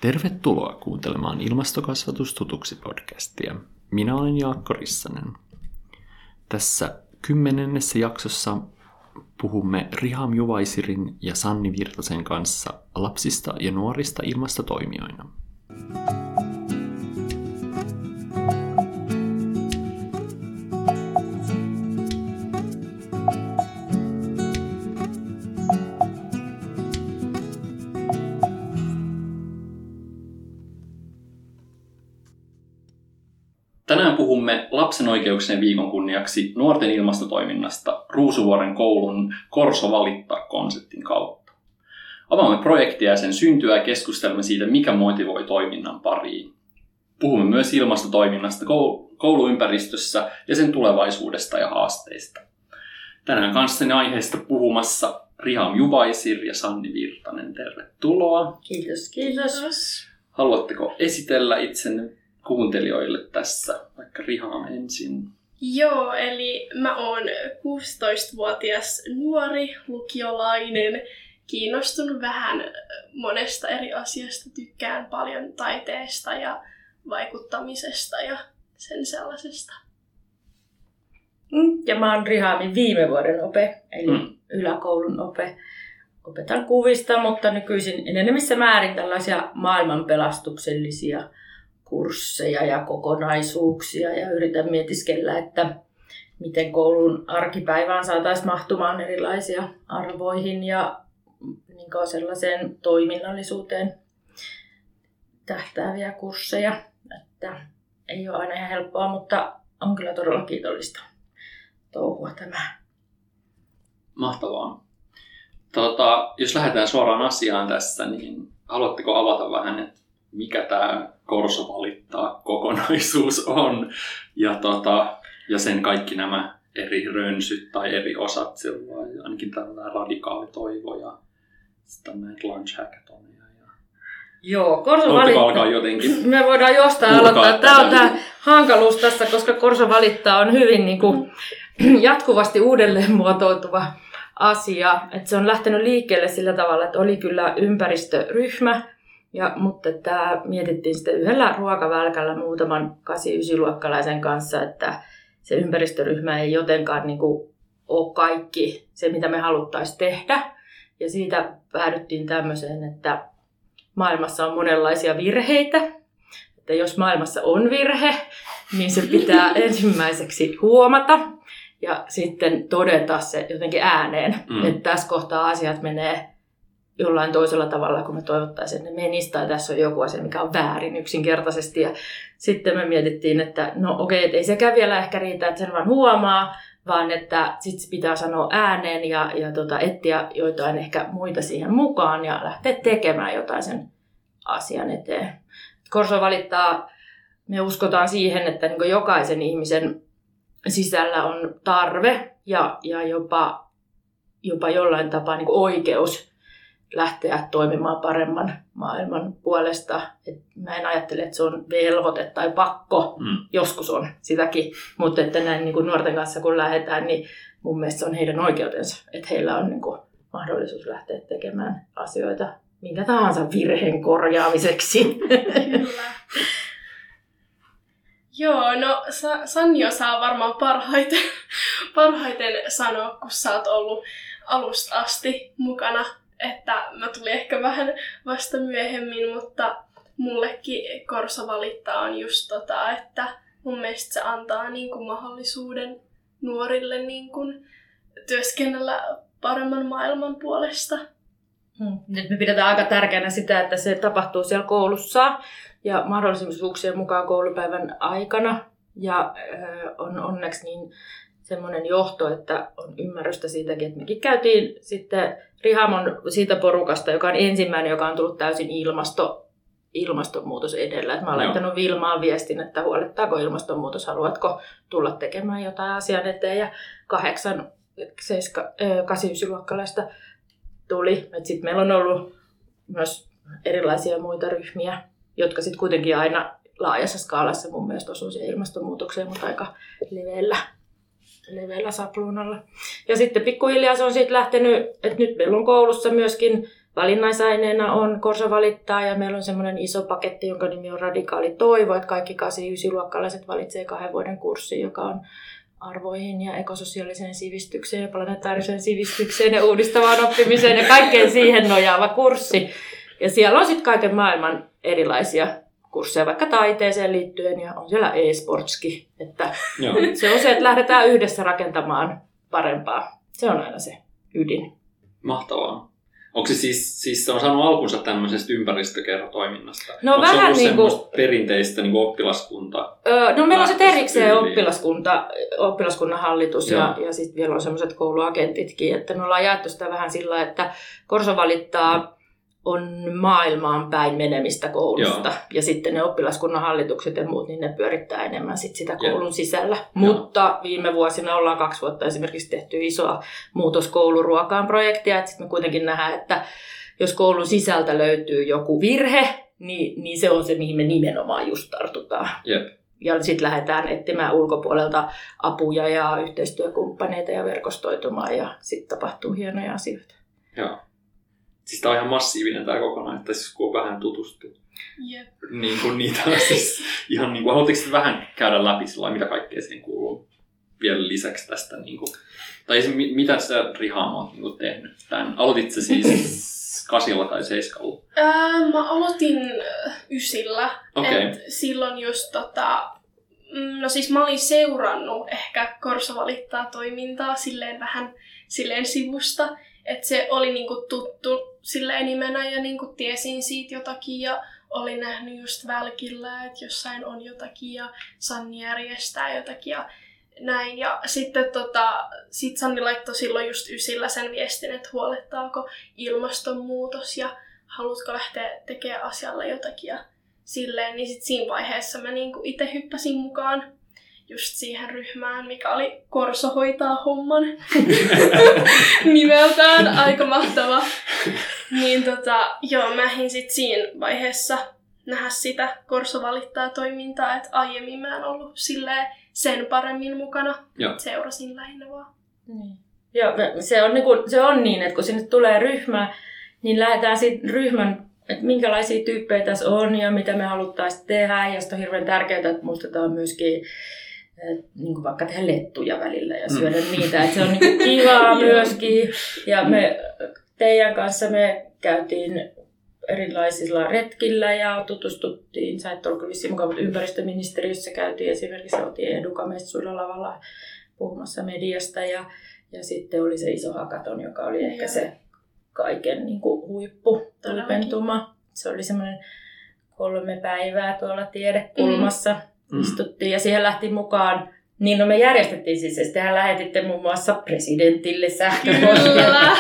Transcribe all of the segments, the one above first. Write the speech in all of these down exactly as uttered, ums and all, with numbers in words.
Tervetuloa kuuntelemaan Ilmastokasvatus tutuksi podcastia. Minä olen Jaakko Rissanen. Tässä kymmenennessä jaksossa puhumme Riham Juvaisirin ja Sanni Virtasen kanssa lapsista ja nuorista ilmastotoimijoina. Tänään puhumme lapsen oikeuksien viikon kunniaksi nuorten ilmastotoiminnasta Ruusuvuoren koulun Korso valittaa -konseptin kautta. Avaamme projektia ja sen syntyä ja keskustelemme siitä, mikä motivoi toiminnan pariin. Puhumme myös ilmastotoiminnasta kouluympäristössä ja sen tulevaisuudesta ja haasteista. Tänään kanssani aiheesta puhumassa Riham Juvaisir ja Sanni Virtanen. Tervetuloa. Kiitos, kiitos. Haluatteko esitellä itsenne kuuntelijoille tässä, vaikka Riham ensin? Joo, eli mä oon kuusitoistavuotias nuori lukiolainen, kiinnostun vähän monesta eri asiasta, tykkään paljon taiteesta ja vaikuttamisesta ja sen sellaisesta. Ja mä oon Rihamin viime vuoden ope, eli mm. yläkoulun ope. Opetan kuvista, mutta nykyisin enenevissä määrin tällaisia maailmanpelastuksellisia kursseja ja kokonaisuuksia ja yritän mietiskellä, että miten koulun arkipäivään saataisiin mahtumaan erilaisia arvoihin ja niin sellaiseen toiminnallisuuteen tähtääviä kursseja. Että ei ole aina ihan helppoa, mutta on kyllä todella kiitollista touhua tämä. Mahtavaa. Tota, jos lähdetään suoraan asiaan tässä, niin haluatteko avata vähän, että mikä tämä Korso valittaa -kokonaisuus on ja, tota, ja sen kaikki nämä eri rönsyt tai eri osat, silloin, ainakin tällainen radikaali toivo ja sitten näitä lunch hackathoneja. Ja... Joo, Korso valittaa. Jotenkin me voidaan jostain aloittaa. Tämä on tämä hankaluus tässä, koska Korso valittaa on hyvin niin kuin, jatkuvasti uudelleen muotoutuva asia. Että se on lähtenyt liikkeelle sillä tavalla, että oli kyllä ympäristöryhmä. Ja, mutta tämä mietittiin sitten yhdellä ruokavälkällä muutaman kahdeksan yhdeksän luokkalaisen kanssa, että se ympäristöryhmä ei jotenkaan niin kuin ole kaikki se, mitä me haluttaisiin tehdä. Ja siitä päädyttiin tämmöiseen, että maailmassa on monenlaisia virheitä. Että jos maailmassa on virhe, niin se pitää ensimmäiseksi huomata ja sitten todeta se jotenkin ääneen. Mm. Että tässä kohtaa asiat menee jollain toisella tavalla, kun me toivottaisiin, että ne menisi, tai tässä on joku asia, mikä on väärin yksinkertaisesti. Ja sitten me mietittiin, että no okei, että ei sekään vielä ehkä riitä, että sen vaan huomaa, vaan että sitten pitää sanoa ääneen ja, ja tota, etsiä joitain ehkä muita siihen mukaan ja lähteä tekemään jotain sen asian eteen. Korso valittaa, me uskotaan siihen, että niin kuin jokaisen ihmisen sisällä on tarve ja, ja jopa, jopa jollain tapaa niin kuin oikeus lähteä toimimaan paremman maailman puolesta. Et mä en ajattele, että se on velvoite tai pakko. Mm. Joskus on sitäkin. Mutta että näin niin kuin nuorten kanssa kun lähdetään, niin mun mielestä se on heidän oikeutensa. Että heillä on niin kuin mahdollisuus lähteä tekemään asioita minkä tahansa virheen korjaamiseksi. Kyllä. Joo, no Sanni osaa varmaan parhaiten, parhaiten sanoa, kun sä oot ollut alusta asti mukana. Että mä tulin ehkä vähän vasta myöhemmin, mutta mullekin Korso valittaa on just tota, että mun mielestä se antaa niin kuin mahdollisuuden nuorille niin kuin työskennellä paremman maailman puolesta. Hmm. Nyt me pidetään aika tärkeänä sitä, että se tapahtuu siellä koulussa ja mahdollisuuksien mukaan koulupäivän aikana. Ja äh, on onneksi niin semmoinen johto, että on ymmärrystä siitäkin, että mekin käytiin sitten Riham on siitä porukasta, joka on ensimmäinen, joka on tullut täysin ilmasto, ilmastonmuutos edellä. Et mä olen laittanut Vilmaan viestin, että huolettaako ilmastonmuutos, haluatko tulla tekemään jotain asian eteen. Ja kahdeksan, seiska, kahdeksan, yhdeksän luokkalaista tuli. Sitten meillä on ollut myös erilaisia muita ryhmiä, jotka sitten kuitenkin aina laajassa skaalassa mun mielestä osuu siihen ilmastonmuutokseen, mutta aika leveällä. leveällä sapluunalla. Ja sitten pikkuhiljaa se on siitä lähtenyt, että nyt meillä on koulussa myöskin valinnaisaineena on Korso valittaa ja meillä on semmoinen iso paketti, jonka nimi on Radikaali toivo, että kaikki kahdeksan yhdeksän luokkalaiset valitsee kahden vuoden kurssi, joka on arvoihin ja ekososiaaliseen sivistykseen ja planetaariseen sivistykseen ja uudistavaan oppimiseen ja kaikkeen siihen nojaava kurssi. Ja siellä on sitten kaiken maailman erilaisia kursseja, vaikka taiteeseen liittyen ja on siellä e-sportskin. Että se on se, että lähdetään yhdessä rakentamaan parempaa. Se on aina se ydin. Mahtavaa. Onko se siis, siis se on saanut alkunsa tämmöisestä ympäristökerhotoiminnasta? No onko vähän se ollut niin kuin semmoista perinteistä niin kuin oppilaskunta? Öö, no meillä on se erikseen oppilaskunta, oppilaskunnan hallitus ja, ja sitten vielä on semmoiset kouluagentitkin. Että me ollaan jaettu sitä vähän sillä, että Korso valittaa on maailmaan päin menemistä koulusta. Joo. Ja sitten ne oppilaskunnan hallitukset ja muut, niin ne pyörittää enemmän sit sitä koulun Joo. sisällä. Joo. Mutta viime vuosina ollaan kaksi vuotta esimerkiksi tehty isoa muutos kouluruokaan projektia. Että sitten me kuitenkin nähdään, että jos koulun sisältä löytyy joku virhe, niin, niin se on se, mihin me nimenomaan just tartutaan. Jep. Ja sitten lähdetään etsimään ulkopuolelta apuja ja yhteistyökumppaneita ja verkostoitumaan ja sitten tapahtuu hienoja asioita. Joo. Siis tämä on ihan massiivinen tämä kokonaan, että siis kun on vähän tutustunut. Yep. Niin kuin niitä on siis ihan niin kuin, haluatteko vähän käydä läpi sillä mitä kaikkea siihen kuuluu vielä lisäksi tästä? Niin kuin, tai mitä sä Rihaam oot niin kuin tehnyt tämän? Aloitit sä siis kasilla tai seiskalla? Ää, mä aloitin ysillä. Okay. Et silloin just tota, no siis mä olin seurannut ehkä Korso valittaa toimintaa silleen vähän silleen sivusta. Että se oli niinku tuttu silleen nimenä ja niinku tiesin siitä jotakin ja olin nähnyt just Välkillä, että jossain on jotakin ja Sanni järjestää jotakin ja näin. Ja sitten tota, sit Sanni laittoi silloin just ysillä sen viestin, että huolettaako ilmastonmuutos ja haluatko lähteä tekemään asialle jotakin ja silleen. Niin sit siinä vaiheessa mä niinku itse hyppäsin mukaan just siihen ryhmään, mikä oli Korso hoitaa homman nimeltään. Aika mahtava. Niin tota, joo, mä en sit siinä vaiheessa nähdä sitä Korso valittaa toimintaa, että aiemmin mä en ollut silleen sen paremmin mukana. Joo. Seurasin lähinnä vaan. Niin. Joo, se on, niin kuin, se on niin, että kun sinne tulee ryhmä, niin lähdetään siitä ryhmän, että minkälaisia tyyppejä tässä on ja mitä me haluttaisiin tehdä. Ja sitten on hirveän tärkeää, että muistetaan myöskin niin kuin vaikka tehdä lettuja välillä ja syödä mm. niitä. Että se on niin kuin kivaa myöskin. Ja me teidän kanssa me käytiin erilaisilla retkillä ja tutustuttiin. Sä et ollut vissiin mukaan, mutta ympäristöministeriössä käytiin esimerkiksi. Oltiin Educa-messuilla lavalla puhumassa mediasta. Ja, ja sitten oli se iso hakaton, joka oli ehkä se kaiken niin kuin huippu, huipentuma. Se oli semmoinen kolme päivää tuolla tiedekulmassa. Mm. Istuttiin ja siihen lähti mukaan. Niin no me järjestettiin siis, ja tehän lähetitte muun muassa presidentille sähköpostia.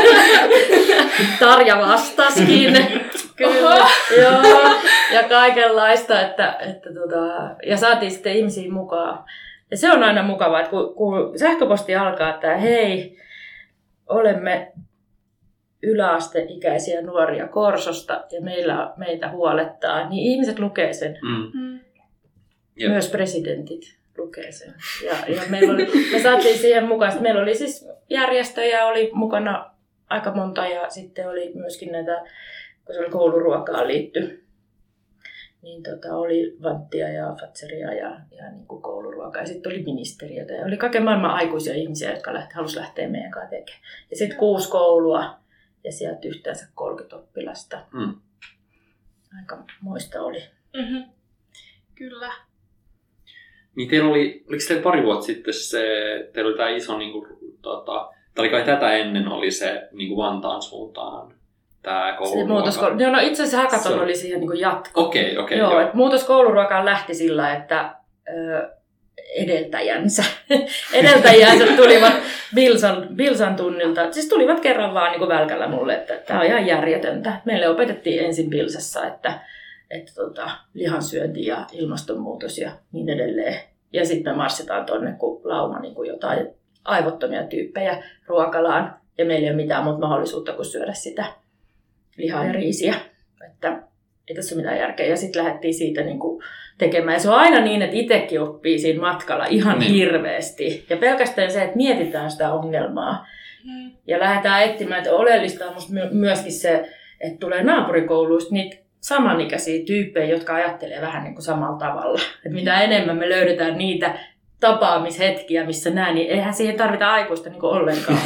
Tarja vastaskin. Kyllä. Joo. Ja kaikenlaista, että, että tota, ja saatiin sitten ihmisiä mukaan. Ja se on aina mukavaa, että kun, kun sähköposti alkaa, että hei, olemme yläasteikäisiä nuoria Korsosta ja meillä, meitä huolettaa, niin ihmiset lukee sen. Mm. Yep. Myös presidentit lukee sen. Ja, ja meillä oli, me saatiin siihen mukaan, että meillä oli siis järjestöjä, oli mukana aika monta ja sitten oli myöskin näitä, kun se oli kouluruokaan liitty, niin tota, oli Vanttia ja Fatseria ja, ja niin kuin kouluruokaa. Ja sitten oli ministeriötä ja oli kaiken maailman aikuisia ihmisiä, jotka lähti, halusi lähteä meidän kanssa tekemään. Ja sitten kuusi koulua ja sieltä yhteensä kolmekymmentä oppilasta. Mm. Aika moista oli. Mm-hmm. Kyllä. Niin teillä oli, oliko teillä pari vuotta sitten se, teillä oli tämä iso, niin kuin, tota, tai oli kai tätä ennen oli se niin kuin Vantaan suuntaan, tämä kouluruoka. Joo, no itse asiassa hakaton se oli siihen niin kuin jatko. Okei, okay, okei. Okay, joo, että muutos kouluruokaan lähti sillä, että ö, edeltäjänsä, edeltäjänsä tulivat Bilsan, Bilsan tunnilta. Siis tulivat kerran vaan niin kuin Välkällä mulle, että tämä on ihan järjetöntä. Meille opetettiin ensin Bilsassa, että että tota, lihansyönti ja ilmastonmuutos ja niin edelleen. Ja sitten me marssitaan tuonne kuin lauma niin kuin jotain aivottomia tyyppejä ruokalaan. Ja meillä ei ole mitään muuta mahdollisuutta kuin syödä sitä lihaa ja riisiä. Että, ei tässä ole mitään järkeä. Ja sitten lähdettiin siitä niin kuin tekemään. Ja se on aina niin, että itsekin oppii siinä matkalla ihan niin. hirveästi. Ja pelkästään se, että mietitään sitä ongelmaa. Mm. Ja lähdetään etsimään, että oleellista on musta myöskin se, että tulee naapurikouluista niitä samanikäisiä tyyppejä, jotka ajattelee vähän niin kuin samalla tavalla. Että mitä enemmän me löydetään niitä tapaamishetkiä, missä näin, niin eihän siihen tarvita aikuista niin kuin ollenkaan.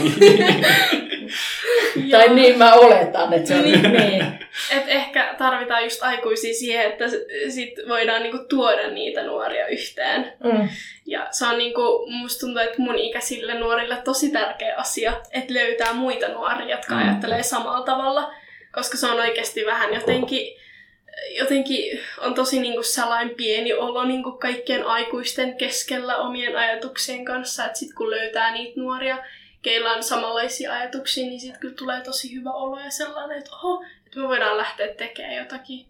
Tai niin mä oletan, että se on niin. niin. Et ehkä tarvitaan just aikuisia siihen, että sit voidaan niinku tuoda niitä nuoria yhteen. Mm. Ja se on niinku, musta tuntuu, että mun ikäisille nuorille tosi tärkeä asia, että löytää muita nuoria, jotka mm. ajattelee samalla tavalla. Koska se on oikeasti vähän jotenkin, jotenkin on tosi niinku sellainen pieni olo niinku kaikkien aikuisten keskellä omien ajatuksien kanssa. Että sit kun löytää niitä nuoria, keillä on samanlaisia ajatuksia, niin sitten kyllä tulee tosi hyvä olo ja sellainen, että oho, että me voidaan lähteä tekemään jotakin.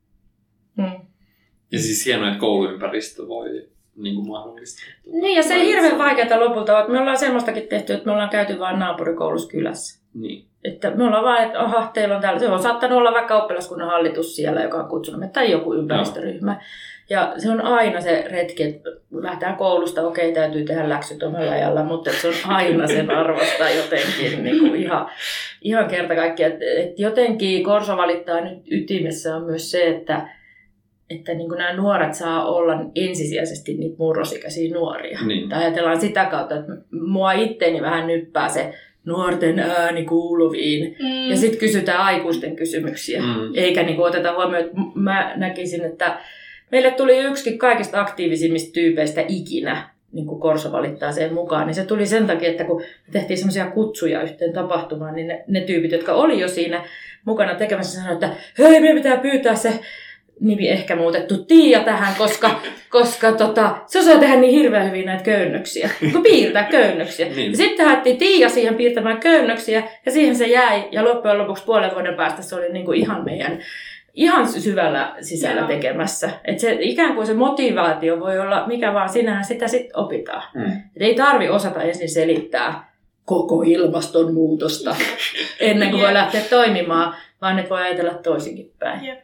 Hmm. Ja siis hienoa, että kouluympäristö voi niin kuin mahdollistaa. Niin, ja se ei hirveän vaikeaa lopulta ole. Me ollaan semmoistakin tehty, että me ollaan käyty vain naapurikoulussa kylässä. Niin. Että me ollaan vaan, että aha, teillä on täällä. Se on saattanut olla vaikka oppilaskunnan hallitus siellä, joka on kutsunut me, tai joku ympäristöryhmä. No. Ja se on aina se retki, että lähdetään koulusta, okei, täytyy tehdä läksyt omalla ajalla, mutta se on aina sen arvosta jotenkin niin kuin ihan, ihan kerta kaikkiaan. Että et jotenkin Korso valittaa nyt ytimessä on myös se, että, että niin kuin nämä nuoret saa olla ensisijaisesti niitä murrosikäisiä nuoria. Niin. Tai ajatellaan sitä kautta, että mua itteeni vähän nyppää se nuorten ääni kuuluviin. Mm. Ja sitten kysytään aikuisten kysymyksiä. Mm. Eikä niin kuin oteta huomioon, että mä näkisin, että meille tuli yksikin kaikista aktiivisimmista tyypeistä ikinä, niin kuin Korso valittaa sen mukaan, niin se tuli sen takia, että kun me tehtiin semmoisia kutsuja yhteen tapahtumaan, niin ne, ne tyypit, jotka oli jo siinä mukana tekemässä, sanoivat, että hei, meidän pitää pyytää se nimi ehkä muutettu Tiia tähän, koska, koska tota, se osaa tehdä niin hirveän hyvin näitä köynnöksiä, kun piirtää köynnöksiä. Niin. Ja sitten lähdettiin Tiia siihen piirtämään köynnöksiä, ja siihen se jäi, ja loppujen lopuksi puolen vuoden päästä se oli niin kuin ihan meidän ihan syvällä sisällä Joo. tekemässä. Että se, ikään kuin se motivaatio voi olla mikä vaan, sinähän sitä sitten opitaan. Mm. Et ei tarvi osata ensin selittää koko ilmastonmuutosta ennen kuin yeah. voi lähteä toimimaan, vaan ne voi ajatella toisinkin päin. Yeah.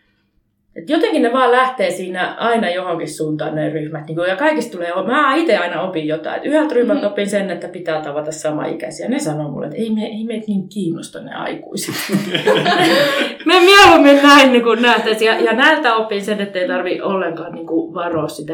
Et jotenkin ne vaan lähtee siinä aina johonkin suuntaan ne ryhmät. Niin ja kaikista tulee, mä itse aina opin jotain. Et yhdeltä ryhmältä opin sen, että pitää tavata samaikäisiä. Ne sanoo mulle, että ei, me, ei meitä niin kiinnosta ne aikuiset. Me mieluummin näin niin kuin nähtäisiin. Ja, ja näiltä opin sen, että ei tarvitse ollenkaan niin kuin varoa sitä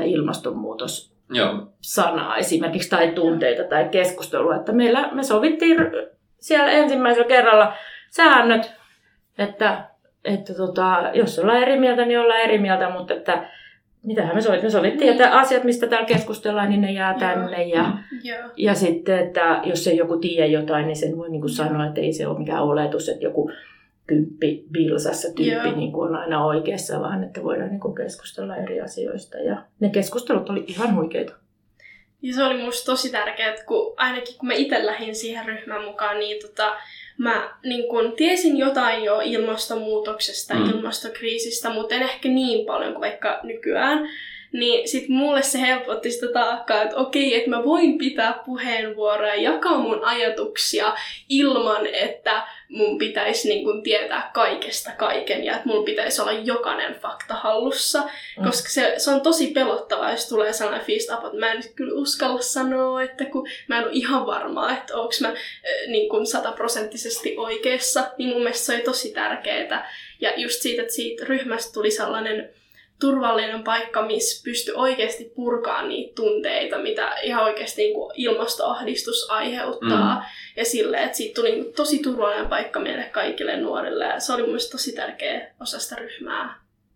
ilmastonmuutos-sanaa esimerkiksi tai tunteita tai keskustelua. Että meillä, me sovittiin siellä ensimmäisellä kerralla säännöt, että Että tota, jos ollaan eri mieltä, niin ollaan eri mieltä, mutta että mitähän me sovittiin? Me sovittiin, että asiat, mistä täällä keskustellaan, niin ne jää tänne. Ja, ja sitten, että jos ei joku tiedä jotain, niin sen voi niin kuin sanoa, että ei se ole mikään oletus, että joku kymppi bilsassa tyyppi niin kuin on aina oikeassa, vaan että voidaan niin kuin keskustella eri asioista. Ja ne keskustelut oli ihan huikeita. Ja se oli musta tosi tärkeää, että kun, ainakin kun mä itse lähdin siihen ryhmään mukaan, niin tota, mä niin kun tiesin jotain jo ilmastonmuutoksesta, mm. ilmastokriisistä, mutta en ehkä niin paljon kuin vaikka nykyään. Niin sit mulle se helpotti sitä taakkaa, että okei, että mä voin pitää puheenvuoroja ja jakaa mun ajatuksia ilman, että mun pitäisi niin kun tietää kaikesta kaiken ja että mun pitäisi olla jokainen fakta hallussa. Mm. Koska se, se on tosi pelottavaa, jos tulee sellainen fiilis, että mä en nyt kyllä uskalla sanoa, että kun mä en ole ihan varmaa, että onko mä niin kun sataprosenttisesti oikeassa. Niin mun mielestä se oli tosi tärkeää. Ja just siitä, että siitä ryhmästä tuli sellainen turvallinen paikka, missä pystyi oikeasti purkaamaan niitä tunteita, mitä ihan oikeasti niin kuin ilmastoahdistus aiheuttaa. Mm. Ja silleen, että siitä tuli niin kuin tosi turvallinen paikka meille kaikille nuorille. Ja se oli mun mielestä tosi tärkeä osa sitä ryhmää.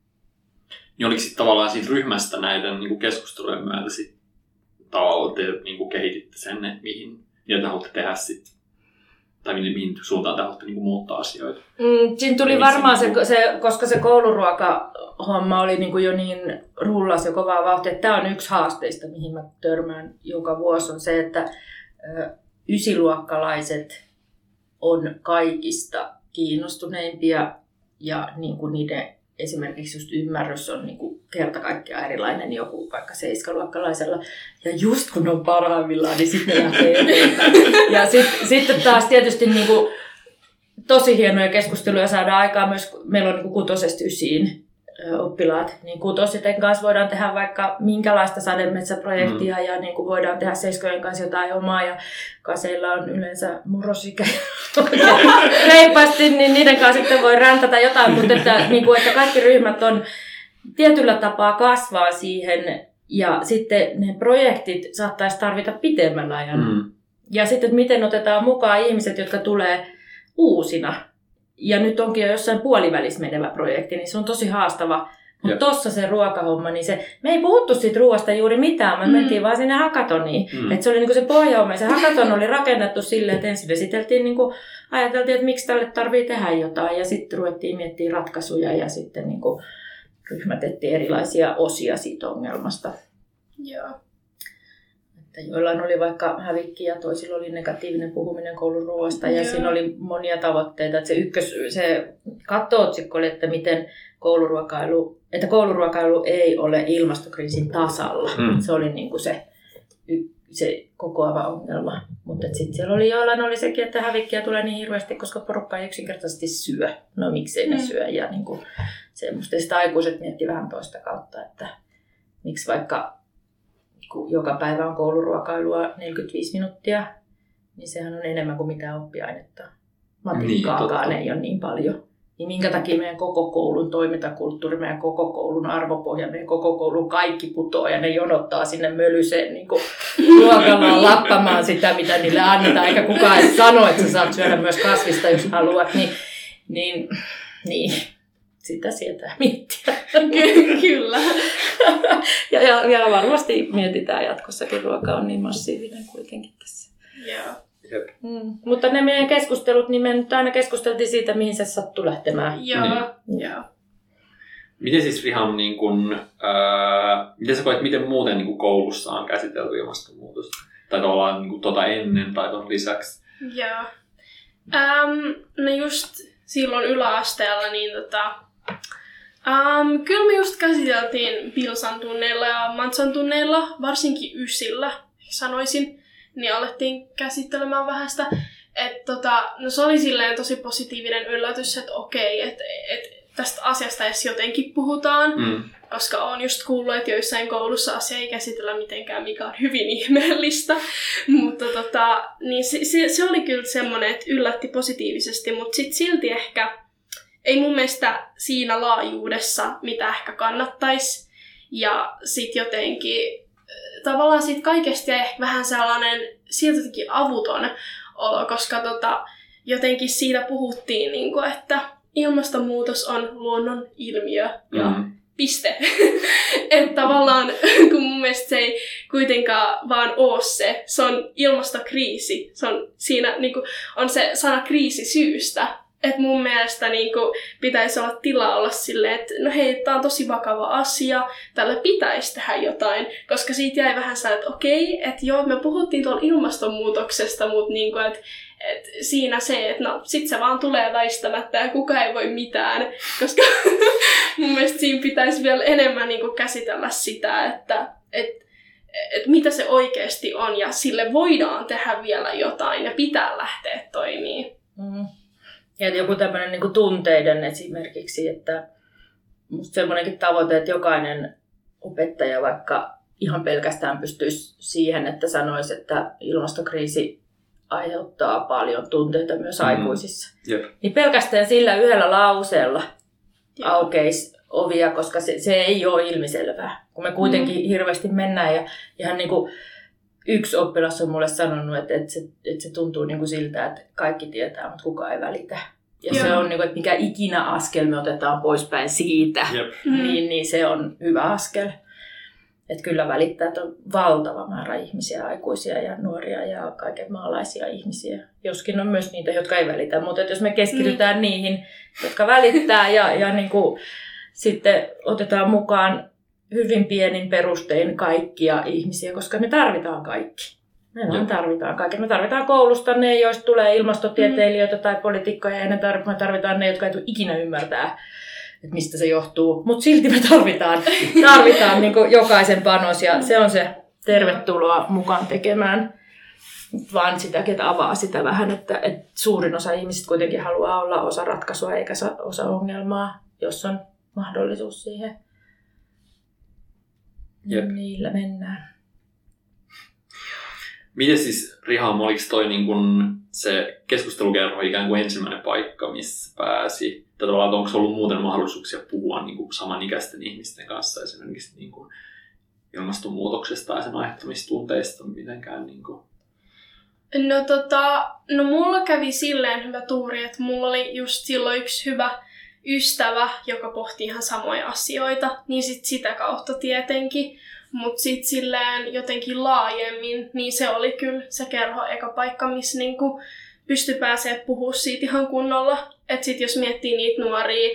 Niin oliko sitten tavallaan siitä ryhmästä näiden niin kuin keskustelujen myötä sit, tavallaan te niin kuin kehititte sen, että mihin mitä te haluatte tehdä sitten? Tai mihin suuntaan te haluatte niin muuttaa asioita? Mm, siinä tuli ja varmaan se, se, koska se kouluruokahomma oli niin kuin jo niin rullas ja kovaa vauhtia. Tämä on yksi haasteista, mihin mä törmään joka vuosi, on se, että ö, ysiluokkalaiset on kaikista kiinnostuneimpia ja niin kuin niiden esimerkiksi just ymmärrys on niin kuin kerta kaikkiaan erilainen joku vaikka seiskaluokkalaisella. Ja just kun on parhaimmillaan, niin sitten lähtee eteenpäin. Ja sitten sit taas tietysti niin kuin tosi hienoja keskusteluja saada aikaan myös, meillä on niin kutosesta ysiin oppilaat, niin kutositen kanssa voidaan tehdä vaikka minkälaista sademetsäprojektia mm. ja niin kuin voidaan tehdä seiskojen kanssa jotain omaa ja kaseilla on yleensä murrosikä reipasti, niin niiden kanssa sitten voi räntätä jotain, mutta että, niin kuin, että kaikki ryhmät on tietyllä tapaa kasvaa siihen ja sitten ne projektit saattaisi tarvita pitemmän ajan. Mm. Ja sitten, että miten otetaan mukaan ihmiset, jotka tulee uusina. Ja nyt onkin jo jossain puolivälissä menevä projekti, niin se on tosi haastava. Mutta tossa se ruokahomma, niin se, me ei puhuttu siitä ruoasta juuri mitään, me mm. mentiin vaan sinne hakatoniin. Mm. Että se oli niinku se pohjahomma. Se hakaton oli rakennettu silleen, että ensin esiteltiin, niinku, ajateltiin, että miksi tälle tarvii tehdä jotain. Ja sitten ruvettiin miettimään ratkaisuja ja sitten niinku ryhmätettiin erilaisia osia siitä ongelmasta. Joo. Että joillain oli vaikka hävikki ja toisilla oli negatiivinen puhuminen koulun ruoasta ja siinä oli monia tavoitteita. Että se ykkös, se katto-otsikko oli, että miten kouluruokailu, että kouluruokailu ei ole ilmastokriisin tasalla. Mm. Se oli niin kuin se, se kokoava ongelma. Mutta sitten siellä oli joillain oli sekin, että hävikkiä tulee niin hirveästi, koska porukka ei yksinkertaisesti syö. No miksei ne mm. syö ja niin kuin semmoista. Ja sitä aikuiset miettii vähän toista kautta, että miksi vaikka kun joka päivä on kouluruokailua neljäkymmentäviisi minuuttia, niin sehän on enemmän kuin mitään oppiainetta. Matikkaakaan niin, ei ole niin paljon. Niin minkä takia meidän koko koulun toimintakulttuuri, meidän koko koulun arvopohja, meidän koko koulun kaikki putoaa ja ne jonottaa sinne mölyseen niin ruokalaan lappamaan sitä, mitä niille annetaan. Eikä kukaan edes sano, että sä saat syödä myös kasvista, jos haluat. Niin, niin, niin. Sitä sietää miettiä. Kyllä. ja, ja, ja varmasti mietitään jatkossakin. Ruoka on niin massiivinen kuitenkin tässä. Joo. Mm. Mutta ne meidän keskustelut, niin me nyt aina keskusteltiin siitä, mihin se sattui lähtemään. Joo. Niin. Joo. Miten siis Riham, niin kun, äh, miten sä koet, miten muuten niin kun koulussa on käsitelty ilmastonmuutosta? Tai tavallaan niin kun, tota ennen tai ton lisäksi? Joo. Um, no just silloin yläasteella, niin tota, um, kyllä me just käsiteltiin Pilsan tunneilla ja Mantsan tunneilla, varsinkin ysillä, sanoisin, niin alettiin käsittelemään vähän sitä. Et tota, no se oli silleen tosi positiivinen yllätys, että okei, että et tästä asiasta edes jotenkin puhutaan, mm. koska olen just kuullut, että joissain koulussa asia ei käsitellä mitenkään, mikä on hyvin ihmeellistä. Mutta tota, niin se, se, se oli kyllä semmoinen, että yllätti positiivisesti, mutta sitten silti ehkä ei mun mielestä siinä laajuudessa, mitä ehkä kannattaisi. Ja sitten jotenkin tavallaan siitä kaikesta jäi ehkä vähän sellainen siltä jotenkin avuton olo, koska tota, jotenkin siitä puhuttiin, niin kuin, että ilmastonmuutos on luonnon ilmiö ja mm. piste. Että tavallaan, kun mun mielestä se ei kuitenkaan vaan ole se, se on ilmastokriisi. Se on, siinä niin kuin, on se sana kriisi syystä. Että mun mielestä niin kuin, pitäisi olla tilaa olla silleen, että no hei, tää on tosi vakava asia, tälle pitäisi tehdä jotain. Koska siitä jäi vähän sellainen, että okei, että joo, me puhuttiin tuolla ilmastonmuutoksesta, mutta niin kuin, että et siinä se, että no sit se vaan tulee väistämättä ja kukaan ei voi mitään. Koska mun mielestä siinä pitäisi vielä enemmän niin kuin käsitellä sitä, että et, et mitä se oikeasti on ja sille voidaan tehdä vielä jotain ja pitää lähteä toimimaan. Mm. Ja joku tämmöinen niin kuin tunteiden esimerkiksi, että musta semmoinenkin tavoite, että jokainen opettaja vaikka ihan pelkästään pystyisi siihen, että sanoisi, että ilmastokriisi aiheuttaa paljon tunteita myös mm. aikuisissa. Yep. Niin pelkästään sillä yhdellä lauseella yep. aukeisi ovia, koska se, se ei ole ilmiselvää. Kun me kuitenkin mm. hirveästi mennään ja ihan niin kuin yksi oppilas on mulle sanonut, että, että, se, että se tuntuu niin kuin siltä, että kaikki tietää, mutta kukaan ei välitä. Ja Joo. se on, niin kuin, että mikä ikinä askel me otetaan poispäin siitä, yep. niin, niin se on hyvä askel. Että kyllä välittää, että on valtava määrä ihmisiä, aikuisia ja nuoria ja kaiken maalaisia ihmisiä. Joskin on myös niitä, jotka ei välitä, mutta jos me keskitytään mm. niihin, jotka välittää ja, ja niin kuin, sitten otetaan mukaan hyvin pienin perustein kaikkia ihmisiä, koska me tarvitaan kaikki. Me vaan tarvitaan kaikki. Me tarvitaan koulusta ne, joista tulee ilmastotieteilijöitä mm. tai poliitikkoja, ja me tarvitaan ne, jotka ei tule ikinä ymmärtää, että mistä se johtuu. Mutta silti me tarvitaan, tarvitaan niin kuin jokaisen panos, ja se on se tervetuloa mukaan tekemään. vaan sitäkin, että avaa sitä vähän, että, että suurin osa ihmisistä kuitenkin haluaa olla osa ratkaisua eikä osa ongelmaa, jos on mahdollisuus siihen. Jep. Niillä mennään. Miten siis, Riham, oliko toi niin kun se keskustelukerho ikään kuin ensimmäinen paikka, missä pääsi? Tai tavallaan, onko ollut muuten mahdollisuuksia puhua niin kuin samanikäisten ihmisten kanssa esimerkiksi niin kuin ilmastonmuutoksesta ja sen aiheuttamistunteista mitenkään? Niin kuin? No, tota, no mulla kävi silleen hyvä tuuri, että mulla oli just silloin yksi hyvä ystävä, joka pohti ihan samoja asioita, niin sit sitä kautta tietenkin. Mutta sitten silleen jotenkin laajemmin, niin se oli kyllä se kerho eka paikka, missä niinku pystyi pääsee puhua siitä ihan kunnolla. Että sitten jos miettii niitä nuoria,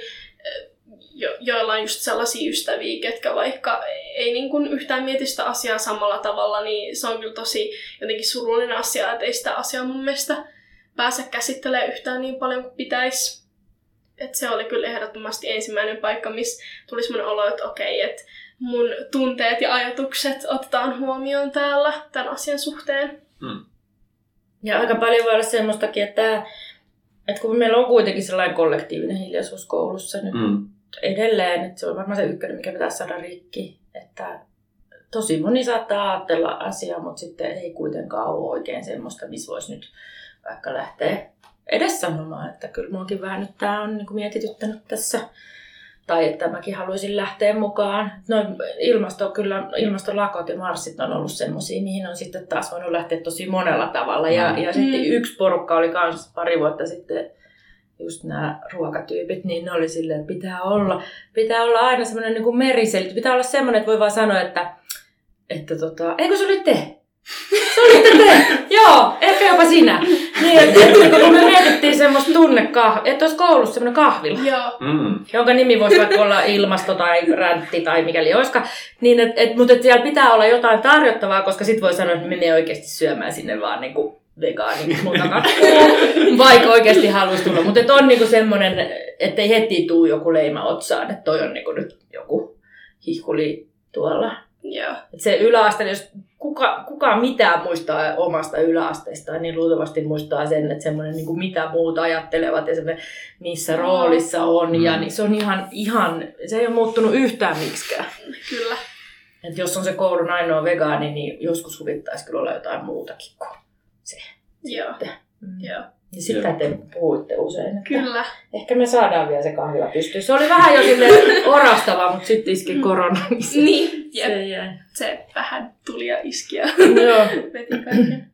jo- joilla on just sellaisia ystäviä, ketkä vaikka ei niinku yhtään mieti sitä asiaa samalla tavalla, niin se on kyllä tosi jotenkin surullinen asia, että ei sitä asiaa mun mielestä pääse käsittelemään yhtään niin paljon kuin pitäisi. Että se oli kyllä ehdottomasti ensimmäinen paikka, missä tuli semmoinen olo, että okei, että mun tunteet ja ajatukset otetaan huomioon täällä tämän asian suhteen. Hmm. Ja aika paljon voi olla semmoistakin, että, että kun meillä on kuitenkin sellainen kollektiivinen hiljaisuus koulussa nyt hmm. edelleen, että se on varmaan se ykkönen, mikä pitäisi saada rikki. Että tosi moni saattaa ajatella asiaa, mutta sitten ei kuitenkaan ole oikein semmoista, missä voisi nyt vaikka lähteä edes sanomaan, että kyllä muakin vähän nyt tämä on niin kuin mietityttänyt tässä. Tai että mäkin haluaisin lähteä mukaan. No, ilmasto, kyllä, ilmastolakot ja marssit on ollut semmosia, mihin on sitten taas voinut lähteä tosi monella tavalla. Ja, mm. ja sitten yksi porukka oli myös pari vuotta sitten, just nämä ruokatyypit, niin ne oli silleen, että pitää olla, pitää olla aina semmoinen niin kuin meriselitys. Pitää olla semmoinen, että voi vaan sanoa, että, että tota, eikö se oli te? Se olitte te! Joo, ehkä jopa sinä. Niin, että et, kun me mietittiin semmoista tunnekahvila, että olisi koulussa semmoinen kahvila, Joo. Mm. jonka nimi voisi vaikka olla ilmasto tai räntti tai mikäli olisikaan. Niin, et, et, mutta et siellä pitää olla jotain tarjottavaa, koska sit voi sanoa, että menee oikeasti syömään sinne vaan niinku vegaani muntakakkua, vaikka oikeasti haluaisi tulla. Mutta on niinku semmoinen, ettei heti tuu joku leima otsaan, että toi on niinku nyt joku hihkuli tuolla. Joo. Et se yläaste, jos kuka, kuka mitään muistaa omasta yläasteestaan, niin luultavasti muistaa sen, että semmoinen niin kuin mitä muuta ajattelevat ja semmoinen missä roolissa on. Mm. Ja niin se on ihan, ihan, se ei ole muuttunut yhtään miksikään. Kyllä. Et jos on se koulun ainoa vegaani, niin joskus huvittaisi kyllä olla jotain muutakin kuin se. Joo. Mm. Joo. Ja sitä te puhuitte usein. Kyllä. Ehkä me saadaan vielä se kahvila pystyyn. Se oli vähän jo silleen orastava, mutta sitten iski korona. Niin se, niin, se, jäi. se vähän tuli ja iski ja Joo. veti kaiken.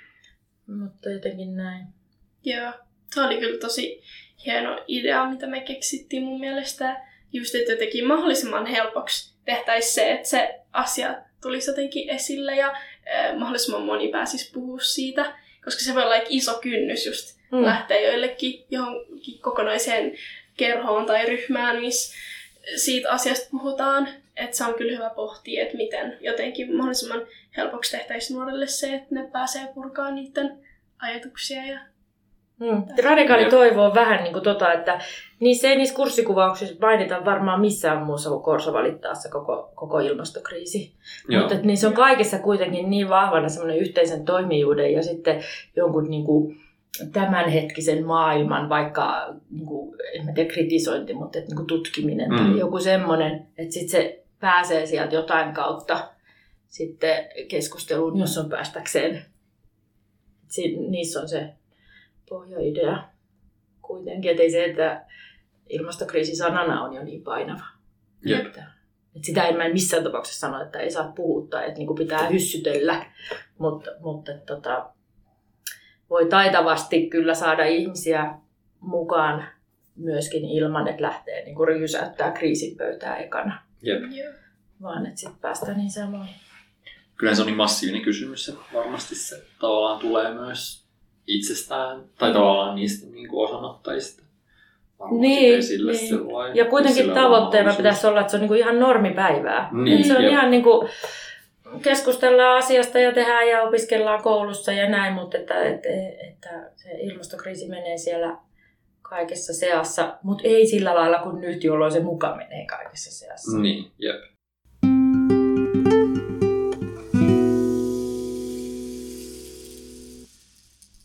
Mutta jotenkin näin. Joo, se oli kyllä tosi hieno idea, mitä me keksittiin mun mielestä. Just, että jotenkin mahdollisimman helpoksi tehtäisiin se, että se asia tulisi jotenkin esille ja eh, mahdollisimman moni pääsisi puhua siitä. Koska se voi olla iso kynnys just mm. lähteä joillekin johonkin kokonaiseen kerhoon tai ryhmään, missä siitä asiasta puhutaan. Että se on kyllä hyvä pohtia, että miten jotenkin mahdollisimman helpoksi tehtäisiin nuorille se, että ne pääsee purkaa niiden ajatuksia. Ja mm. Radikaali toivo on vähän niin kuin tota, että niissä ei niissä kurssikuvauksissa mainita varmaan missään muussa kuin Korso valittaa se koko, koko ilmastokriisi. Mutta niissä on kaikessa kuitenkin niin vahvana semmoinen yhteisen toimijuuden ja sitten jonkun niin kuin tämänhetkisen maailman, vaikka niin kuin, en mä tiedä kritisointi, mutta että, niin kuin tutkiminen mm. tai joku semmoinen, että sitten se pääsee sieltä jotain kautta sitten keskusteluun, jos on päästäkseen. Siin, niissä on se pohjaidea kuitenkin, että ei se, että ilmastokriisi sanana on jo niin painava. Yep. Että, että sitä en mä en missään tapauksessa sano, että ei saa puhua tai että niin kuin pitää hyssytellä, mutta, mutta tota, voi taitavasti kyllä saada ihmisiä mukaan myöskin ilman, että lähtee niin kuin ryysäyttää kriisin pöytää ekana. Jep. Vaan että sitten päästään niin samoin. Kyllä se on niin massiivinen kysymys, että varmasti se tavallaan tulee myös itsestään, tai tavallaan niistä niin kuin osanottajista. Niin, niin. Ja kuitenkin tavoitteena pitäisi olla, että se on niin kuin ihan normipäivää. Niin, se on jo. ihan niin kuin keskustellaan asiasta ja tehdään ja opiskellaan koulussa ja näin, mutta että, että, että se ilmastokriisi menee siellä kaikessa seassa, mutta ei sillä lailla kuin nyt, jolloin se muka menee kaikessa seassa. Niin, jep.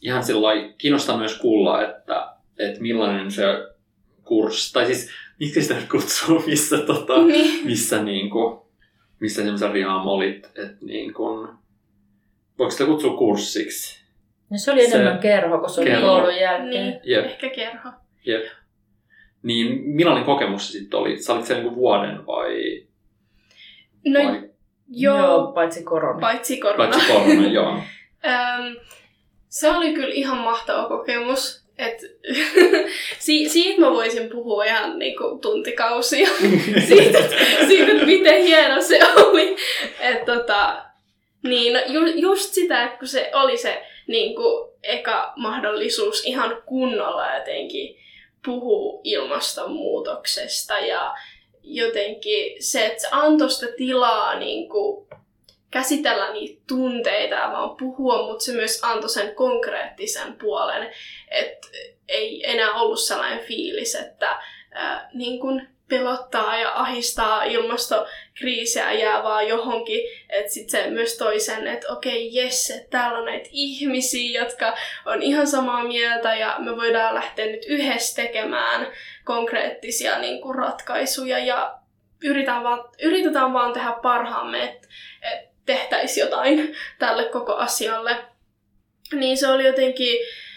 ihan sillai kiinnostaa myös kuulla, että, että millainen se kurssi, tai siis miksi sitä kutsuu, missä, tota, niin. missä, niinku, missä semmoisen Riham olit, että niinku, voiko sitä kutsua kurssiksi? No se oli enemmän se, kerho, kun se oli kerho. Koulun jälkeen. Niin, Jep. ehkä kerho. Jep. Niin millainen kokemus se sitten oli? Sä olit siellä niinku vuoden vai? No vai? Joo, joo, paitsi korona. Paitsi korona. Paitsi korona, joo. um, se oli kyllä ihan mahtava kokemus. Et, si- siitä mä voisin puhua ihan niinku tuntikausia. siitä, siitä, että miten hieno se oli. Et, tota, niin, ju- just sitä, että kun se oli se niinku, eka mahdollisuus ihan kunnolla jotenkin puhua ilmastonmuutoksesta ja jotenkin se, että se antoi sitä tilaa niin kuin käsitellä niitä tunteita ja vaan puhua, mutta se myös antoi sen konkreettisen puolen, että ei enää ollut sellainen fiilis, että ää, niin kuin pelottaa ja ahistaa ilmastokriisiä jää vaan johonkin, että sitten se myös toi sen, että okei, jes, että täällä on näitä ihmisiä, jotka on ihan samaa mieltä ja me voidaan lähteä nyt yhdessä tekemään konkreettisia niin kuin ratkaisuja ja yritetään vaan, yritetään vaan tehdä parhaamme, että, että tehtäisiin jotain tälle koko asialle. Niin se oli jotenkin,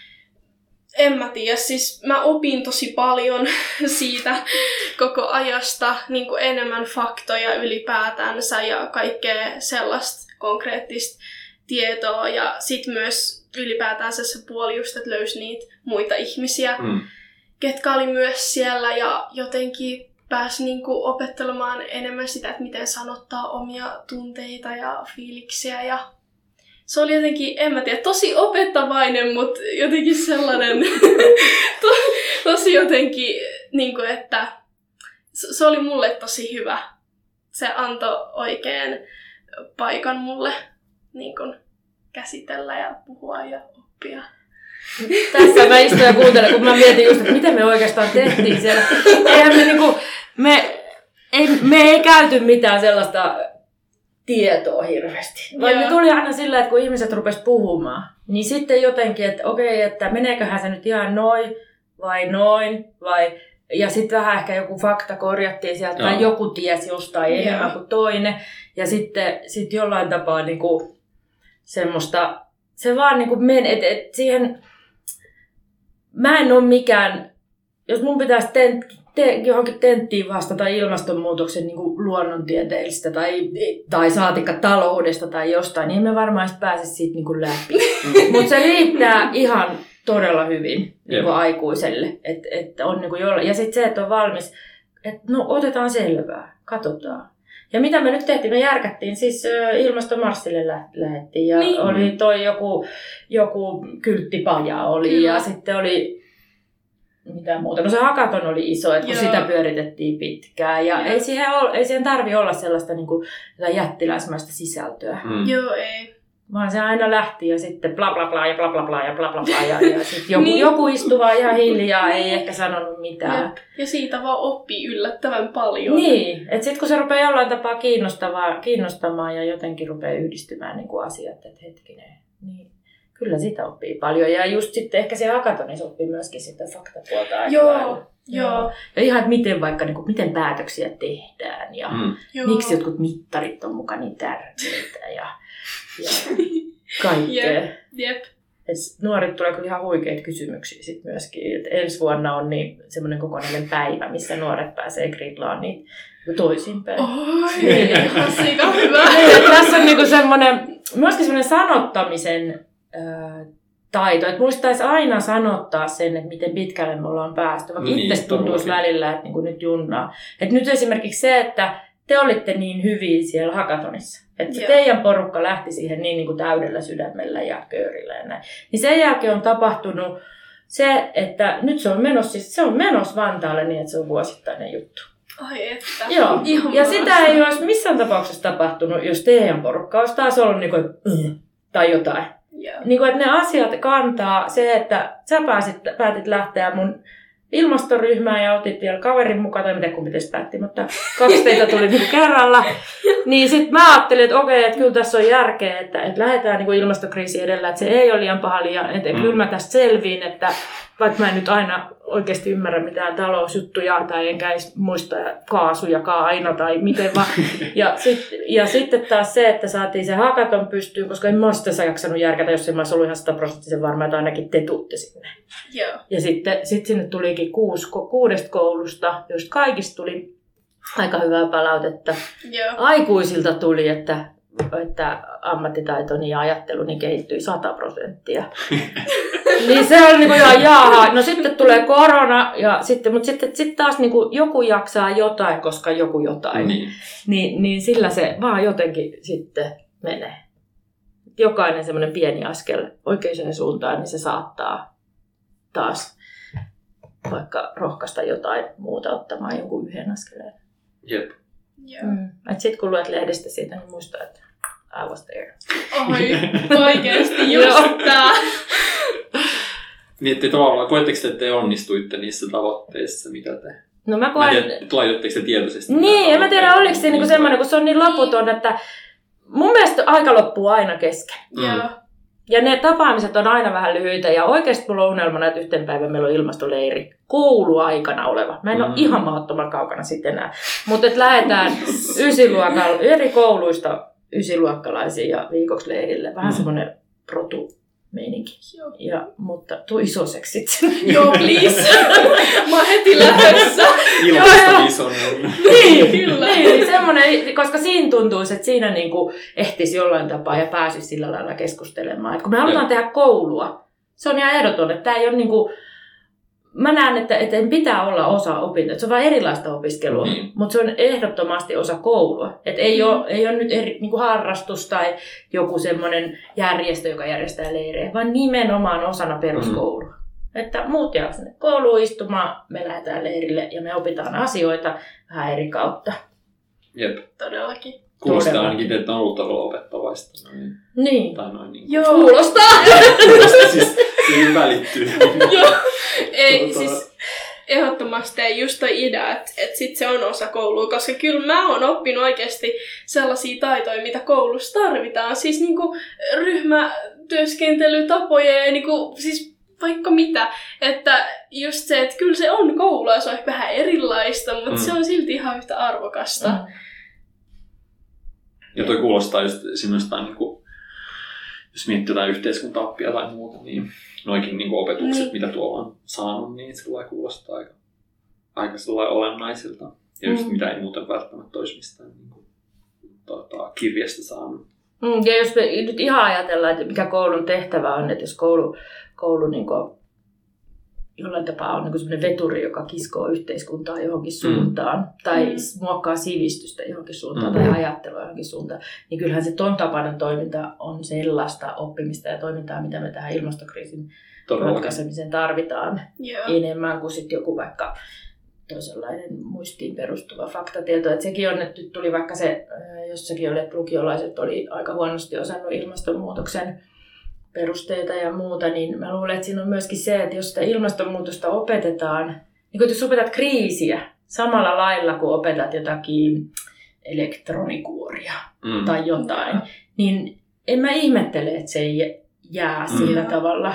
en mä tiedä, siis mä opin tosi paljon siitä koko ajasta, niin kuin enemmän faktoja ylipäätänsä ja kaikkea sellaista konkreettista tietoa ja sit myös ylipäätänsä se puoli just, että löysi niitä muita ihmisiä, mm. ketkä oli myös siellä ja jotenkin pääsi niinku opettelemaan enemmän sitä, että miten sanottaa omia tunteita ja fiiliksiä. Ja se oli jotenkin, en mä tiedä, tosi opettavainen, mutta jotenkin sellainen, to, tosi jotenkin, niinku, että se oli mulle tosi hyvä. Se antoi oikein paikan mulle niinku, käsitellä ja puhua ja oppia. Tässä mä istun ja kuuntelen, kun mä mietin just, että mitä me oikeastaan tehtiin siellä. Eihän me niinku, me ei, me ei käyty mitään sellaista tietoa hirveästi. Vaan me tuli aina sillä, että kun ihmiset rupes puhumaan, niin sitten jotenkin, että okei, että meneeköhän se nyt ihan noin vai noin, vai... Ja sitten vähän ehkä joku fakta korjattiin sieltä, tai joku tiesi jostain Joo. enemmän kuin toinen. Ja sitten sit jollain tapaa niinku semmoista, se vaan niinku men, että et siihen... Mä en ole mikään, jos mun pitäisi tent, te, johonkin tenttiin vastata ilmastonmuutoksen niin kuin luonnontieteellistä tai, tai saatikka taloudesta tai jostain, niin me varmaan pääse siitä niin kuin läpi. Mutta se riittää ihan todella hyvin niin kuin aikuiselle. Et, et on niin kuin jolla, ja sitten se, että on valmis, että no otetaan selvää, katsotaan. Ja mitä me nyt tehtiin? Me järkättiin, siis ilmastomarssille lä- lähdettiin ja niin. Oli toi joku, joku kylttipaja oli Kyllä. ja sitten oli mitä muuta. No se hakaton oli iso, että kun sitä pyöritettiin pitkään ja ei siihen, ol, ei siihen tarvi olla sellaista niin kuin, jättiläismäistä sisältöä. Mm. Joo, ei. Vaan se aina lähti ja sitten bla bla bla ja bla bla bla ja bla bla bla ja, ja sitten joku, niin. joku istuva ihan hiljaa, ei ehkä sanonut mitään. Ja, ja siitä vaan oppii yllättävän paljon. Niin, että sitten kun se rupeaa jollain tapaa kiinnostamaan ja jotenkin rupeaa yhdistymään niin kuin asiat, että hetkinen, niin kyllä sitä oppii paljon. Ja just sitten ehkä se hakatonissa oppii myöskin sitä faktapuolta aika Joo. lailla. Joo. Ja ihan, että miten vaikka niin kuin, miten päätöksiä tehdään ja mm. miksi jotkut mittarit on mukaan niin tärkeitä ja ja kaikkea. Yep. Yep. Nuoret tulee kyllä ihan huikeita kysymyksiä sit myöskin. Et ensi vuonna on niin semmoinen kokonainen päivä, missä nuoret pääsee grillaan niitä toisinpäin. Oi, ihan sika hyvä. Tässä on niinku semmoinen, myöskin semmoinen sanottamisen ää, taito, että muistaisi aina sanottaa sen, että miten pitkälle me ollaan päästy. Vaikka niin, itse tuntuisi välillä, että niinku nyt junnaa. Et nyt esimerkiksi se, että te olitte niin hyviä siellä hakatonissa. Että se teidän porukka lähti siihen niin, niin kuin täydellä sydämellä ja köörillä ja näin. Niin sen jälkeen on tapahtunut se, että nyt se on menossa, siis se on menossa Vantaalle niin, että se on vuosittainen juttu. Ai että. Joo. Ihan ja sitä ei olisi missään tapauksessa tapahtunut, jos teidän porukka olisi taas ollut niin kuin, tai jotain. Yeah. Niin kuin, että ne asiat kantaa se, että sä pääsit, päätit lähteä mun ilmastoryhmää ja otit vielä kaverin mukaan, tai miten kumpi teistä päätti, mutta kaksi teitä tuli niin kerralla. Niin sitten mä ajattelin, että okei, että kyllä tässä on järkeä, että, että lähdetään niin ilmastokriisi edellä, että se ei ole liian paha liian, että mm. kyllä mä tästä selviin, että vaikka mä en nyt aina oikeasti ymmärrä mitään talousjuttuja tai enkä edes muista kaasujakaan aina tai miten vaan. Ja, sit, ja sitten taas se, että saatiin se hakaton pystyyn, koska en mä ole sitä jaksanut järkätä, jos en mä olisi ollut ihan sataprosenttisen varma, että ainakin te tuutte sinne. Joo. Ja sitten sit sinne tulikin kuusi, kuudesta koulusta, joista kaikista tuli aika hyvää palautetta. Joo. Aikuisilta tuli, että, että ammattitaitoni ja ajatteluni kehittyi sata prosenttia. Niin se on niinku ihan jaaha. No sitten tulee korona, ja sitten, mutta sitten sit taas niinku joku jaksaa jotain, koska joku jotain. Niin. Niin, niin sillä se vaan jotenkin sitten menee. Jokainen semmoinen pieni askel oikeaan suuntaan, niin se saattaa taas vaikka rohkaista jotain muuta ottamaan jonkun yhden askeleen. Jep. Joo. Mm. Sitten kun luet lehdestä siitä, niin muista, että I was there. Oi, oikeesti just tää. Niin, että tavallaan, koetteko te, että te onnistuitte niissä tavoitteissa, mitä te... No mä Mä koen... tiedä, laitatteko te tietoisesti? Niin, en mä tiedä, oliko se niinku semmoinen, kun se on niin loputon, että mun mielestä aika loppuu aina kesken. Mm. Joo. Ja ne tapaamiset on aina vähän lyhyitä, ja oikeasti mulla on unelmana, että yhten päivän meillä on ilmastoleiri kouluaikana oleva. Mä en ole mm. ihan mahdottoman kaukana sitten enää. Mutta että lähdetään ysiluokalla, eri kouluista ysiluokkalaisiin ja viikoksi leirille. Vähän mm. semmoinen protu-meininki. Ja, mutta tuu isoseksi sitten. Joo, please. Mä oon heti lähdössä. Ilmasta isonen. Niin, kyllä. Niin, semmoinen, koska siinä tuntuisi, että siinä niinku ehtisi jollain tapaa ja pääsisi sillä lailla keskustelemaan. Et kun me halutaan tehdä koulua, se on ihan ehdoton, että tämä ei ole niinku... Mä näen, että, että pitää olla osa opintoja. Se on vain erilaista opiskelua, mm. mutta se on ehdottomasti osa koulua. Et ei, mm. ole, ei ole nyt eri, niin kuin harrastus tai joku semmoinen järjestö, joka järjestää leirejä, vaan nimenomaan osana peruskoulua. Mm. Että muut jää sinne kouluun istumaan, me lähdetään leirille ja me opitaan asioita vähän eri kautta. Jep. Todellakin. Kuulostaa Todellakin. ainakin, että on ollut todella opettavaista. Noin. Niin. Tai noin niin. Joo. Kuulostaa. Siis siihen välittyy. Joo. Ei, siis ehdottomasti just toi idea, että, että sit se on osa koulua, koska kyllä mä oon oppinut oikeasti sellaisia taitoja, mitä koulussa tarvitaan. Siis niinku ryhmätyöskentelytapoja ja niinku, siis vaikka mitä. Että just se, että kyllä se on koulua, se on ehkä vähän erilaista, mutta mm. se on silti ihan yhtä arvokasta. Mm. Ja toi kuulostaa just sinusta, niin kuin, jos miettii jotain yhteiskuntaoppia tai muuta, niin noikin niin kuin opetukset, niin. mitä tuolla on saanut, niin sellainen kuulostaa aika, aika sellainen olennaisilta. Ja just mm. mitä ei muuten välttämättä olisi mistään niin kuin, tota, kirjasta saanut. Mm, ja jos me nyt ihan ajatellaan, että mikä koulun tehtävä on, että jos koulu, koulu niin kuin, jollain tapaa on niin sellainen veturi, joka kiskoo yhteiskuntaa johonkin suuntaan, mm. tai mm. muokkaa sivistystä johonkin suuntaan, mm. tai ajattelua johonkin suuntaan, niin kyllähän se ton tapainen toiminta on sellaista oppimista ja toimintaa, mitä me tähän ilmastokriisin ratkaisemiseen tarvitaan yeah. enemmän kuin sitten joku vaikka toisenlainen muistiin perustuva faktatieto. Et sekin on, että tuli vaikka se, jossakin oli, että lukiolaiset oli aika huonosti osannut ilmastonmuutoksen perusteita ja muuta, niin mä luulen, että siinä on myöskin se, että jos sitä ilmastonmuutosta opetetaan, niin kun jos opetat kriisiä samalla lailla kuin opetat jotakin elektronikuoria mm. tai jotain, niin en mä ihmettele, että se ei jää mm. sillä tavalla.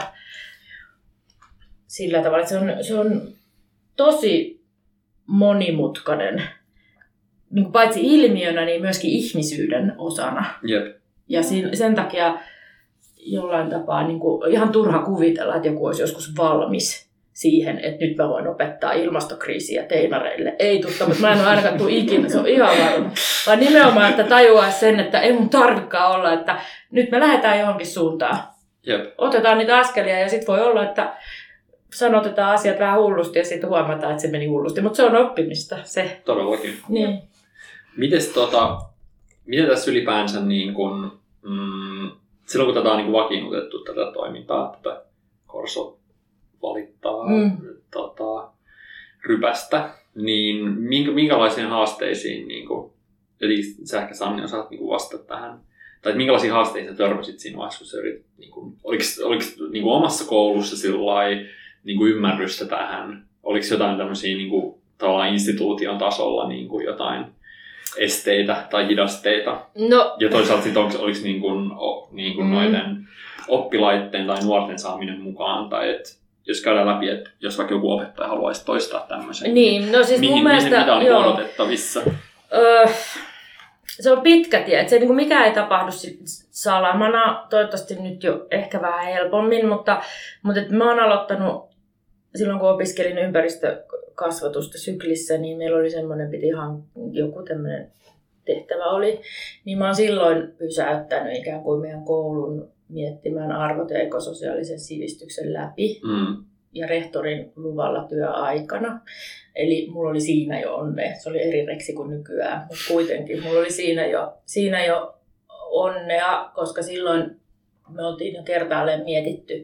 Sillä tavalla, että se on, se on tosi monimutkainen, niin kuin paitsi ilmiönä, niin myöskin ihmisyyden osana. Yep. Ja sen, sen takia jollain tapaa niin kuin, ihan turha kuvitella, että joku olisi joskus valmis siihen, että nyt mä voin opettaa ilmastokriisiä teinareille. Ei tutta, mutta mä en ole ainakaan tule ikinä, se on ihan varma. Vaan nimenomaan, että tajuaa sen, että ei mun tarvikaan olla, että nyt me lähdetään johonkin suuntaan. Jep. Otetaan niitä askelia ja sitten voi olla, että sanotetaan asiat vähän hullusti ja sitten huomataan, että se meni hullusti. Mutta se on oppimista, se. Todellakin. Niin. Mites tota, miten tässä ylipäänsä niin kun, mm, silloin kun tätä on niin vakiinnutettu tätä toimintaa, tätä Corso valittaa mm. tota, rypästä, niin minkä, minkälaisiin haasteisiin, niin kun, eli sä ehkä Sanni osaat niin vastata tähän, tai minkälaisiin haasteisiin törmäsit siinä vaiheessa, kun sä yritit, niin kun, oliko, oliko niin kun omassa koulussa sillai, niin kuin ymmärrystä tähän? oliko jotain tämmöisiä niin kuin, tavallaan instituution tasolla niin kuin jotain esteitä tai hidasteita? No. Ja toisaalta sitten oliko niin kuin, niin kuin mm. noiden oppilaiden tai nuorten saaminen mukaan, tai että jos käydään läpi, että jos vaikka joku opettaja haluaisi toistaa tämmöisen, niin, no siis mihin, mun mielestä, mihin, mitä on joo, odotettavissa? Öö, se on pitkä tie, että se, niin kuin mikä ei tapahdu salamana, toivottavasti nyt jo ehkä vähän helpommin, mutta, mutta mä oon aloittanut silloin, kun opiskelin ympäristökasvatusta syklissä, niin meillä oli semmoinen, piti ihan joku tämmöinen tehtävä oli, niin mä oon silloin pysäyttänyt ikään kuin meidän koulun miettimään arvot ja ekososiaalisen sivistyksen läpi mm. ja rehtorin luvalla työaikana. Eli mulla oli siinä jo onnea. Se oli eri reksi kuin nykyään, mutta kuitenkin mulla oli siinä jo, siinä jo onnea, koska silloin me oltiin jo kertaalleen mietitty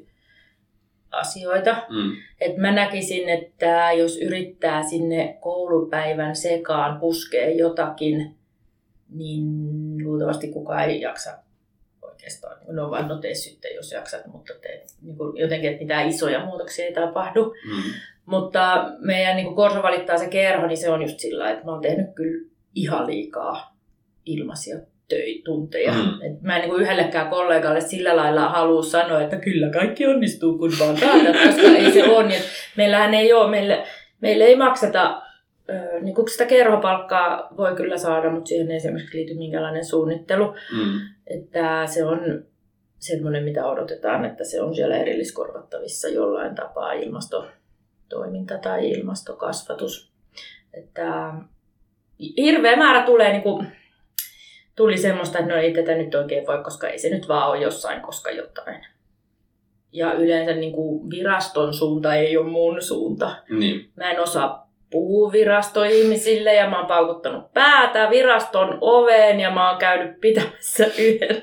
asioita. Mm. Et mä näkisin, että jos yrittää sinne koulupäivän sekaan puskea jotakin, niin luultavasti kukaan ei jaksa oikeastaan. No vaan no tee sitten, jos jaksat, mutta tee, niin kuin jotenkin, että mitään isoja muutoksia ei tapahdu. Mm. Mutta meidän niin kuin Korso valittaa se kerho, niin se on just sillä, että mä oon tehnyt kyllä ihan liikaa ilmaisia töitunteja. Mm. Et mä en niin kuin yhdellekään kollegalle sillä lailla halua sanoa, että kyllä kaikki onnistuu, kun vaan tahdat, koska ei se ole. Niin, meillähän ei ole, meille, meille ei makseta, äh, niin kuin sitä kerhopalkkaa voi kyllä saada, mutta siihen ei esimerkiksi liity minkälainen suunnittelu. Mm. Että se on semmoinen, mitä odotetaan, että se on siellä erilliskorvattavissa jollain tapaa ilmastotoiminta tai ilmastokasvatus. Että hirveä määrä tulee, niin kuin, tuli semmoista, että no ei tätä nyt oikein voi, koska ei se nyt vaan ole jossain, koska jotain. Ja yleensä niin kuin viraston suunta ei ole mun suunta. Niin. Mä en osaa puhua virastoihmisille ja mä oon paukuttanut päätä viraston oveen ja mä oon käynyt pitämässä yhden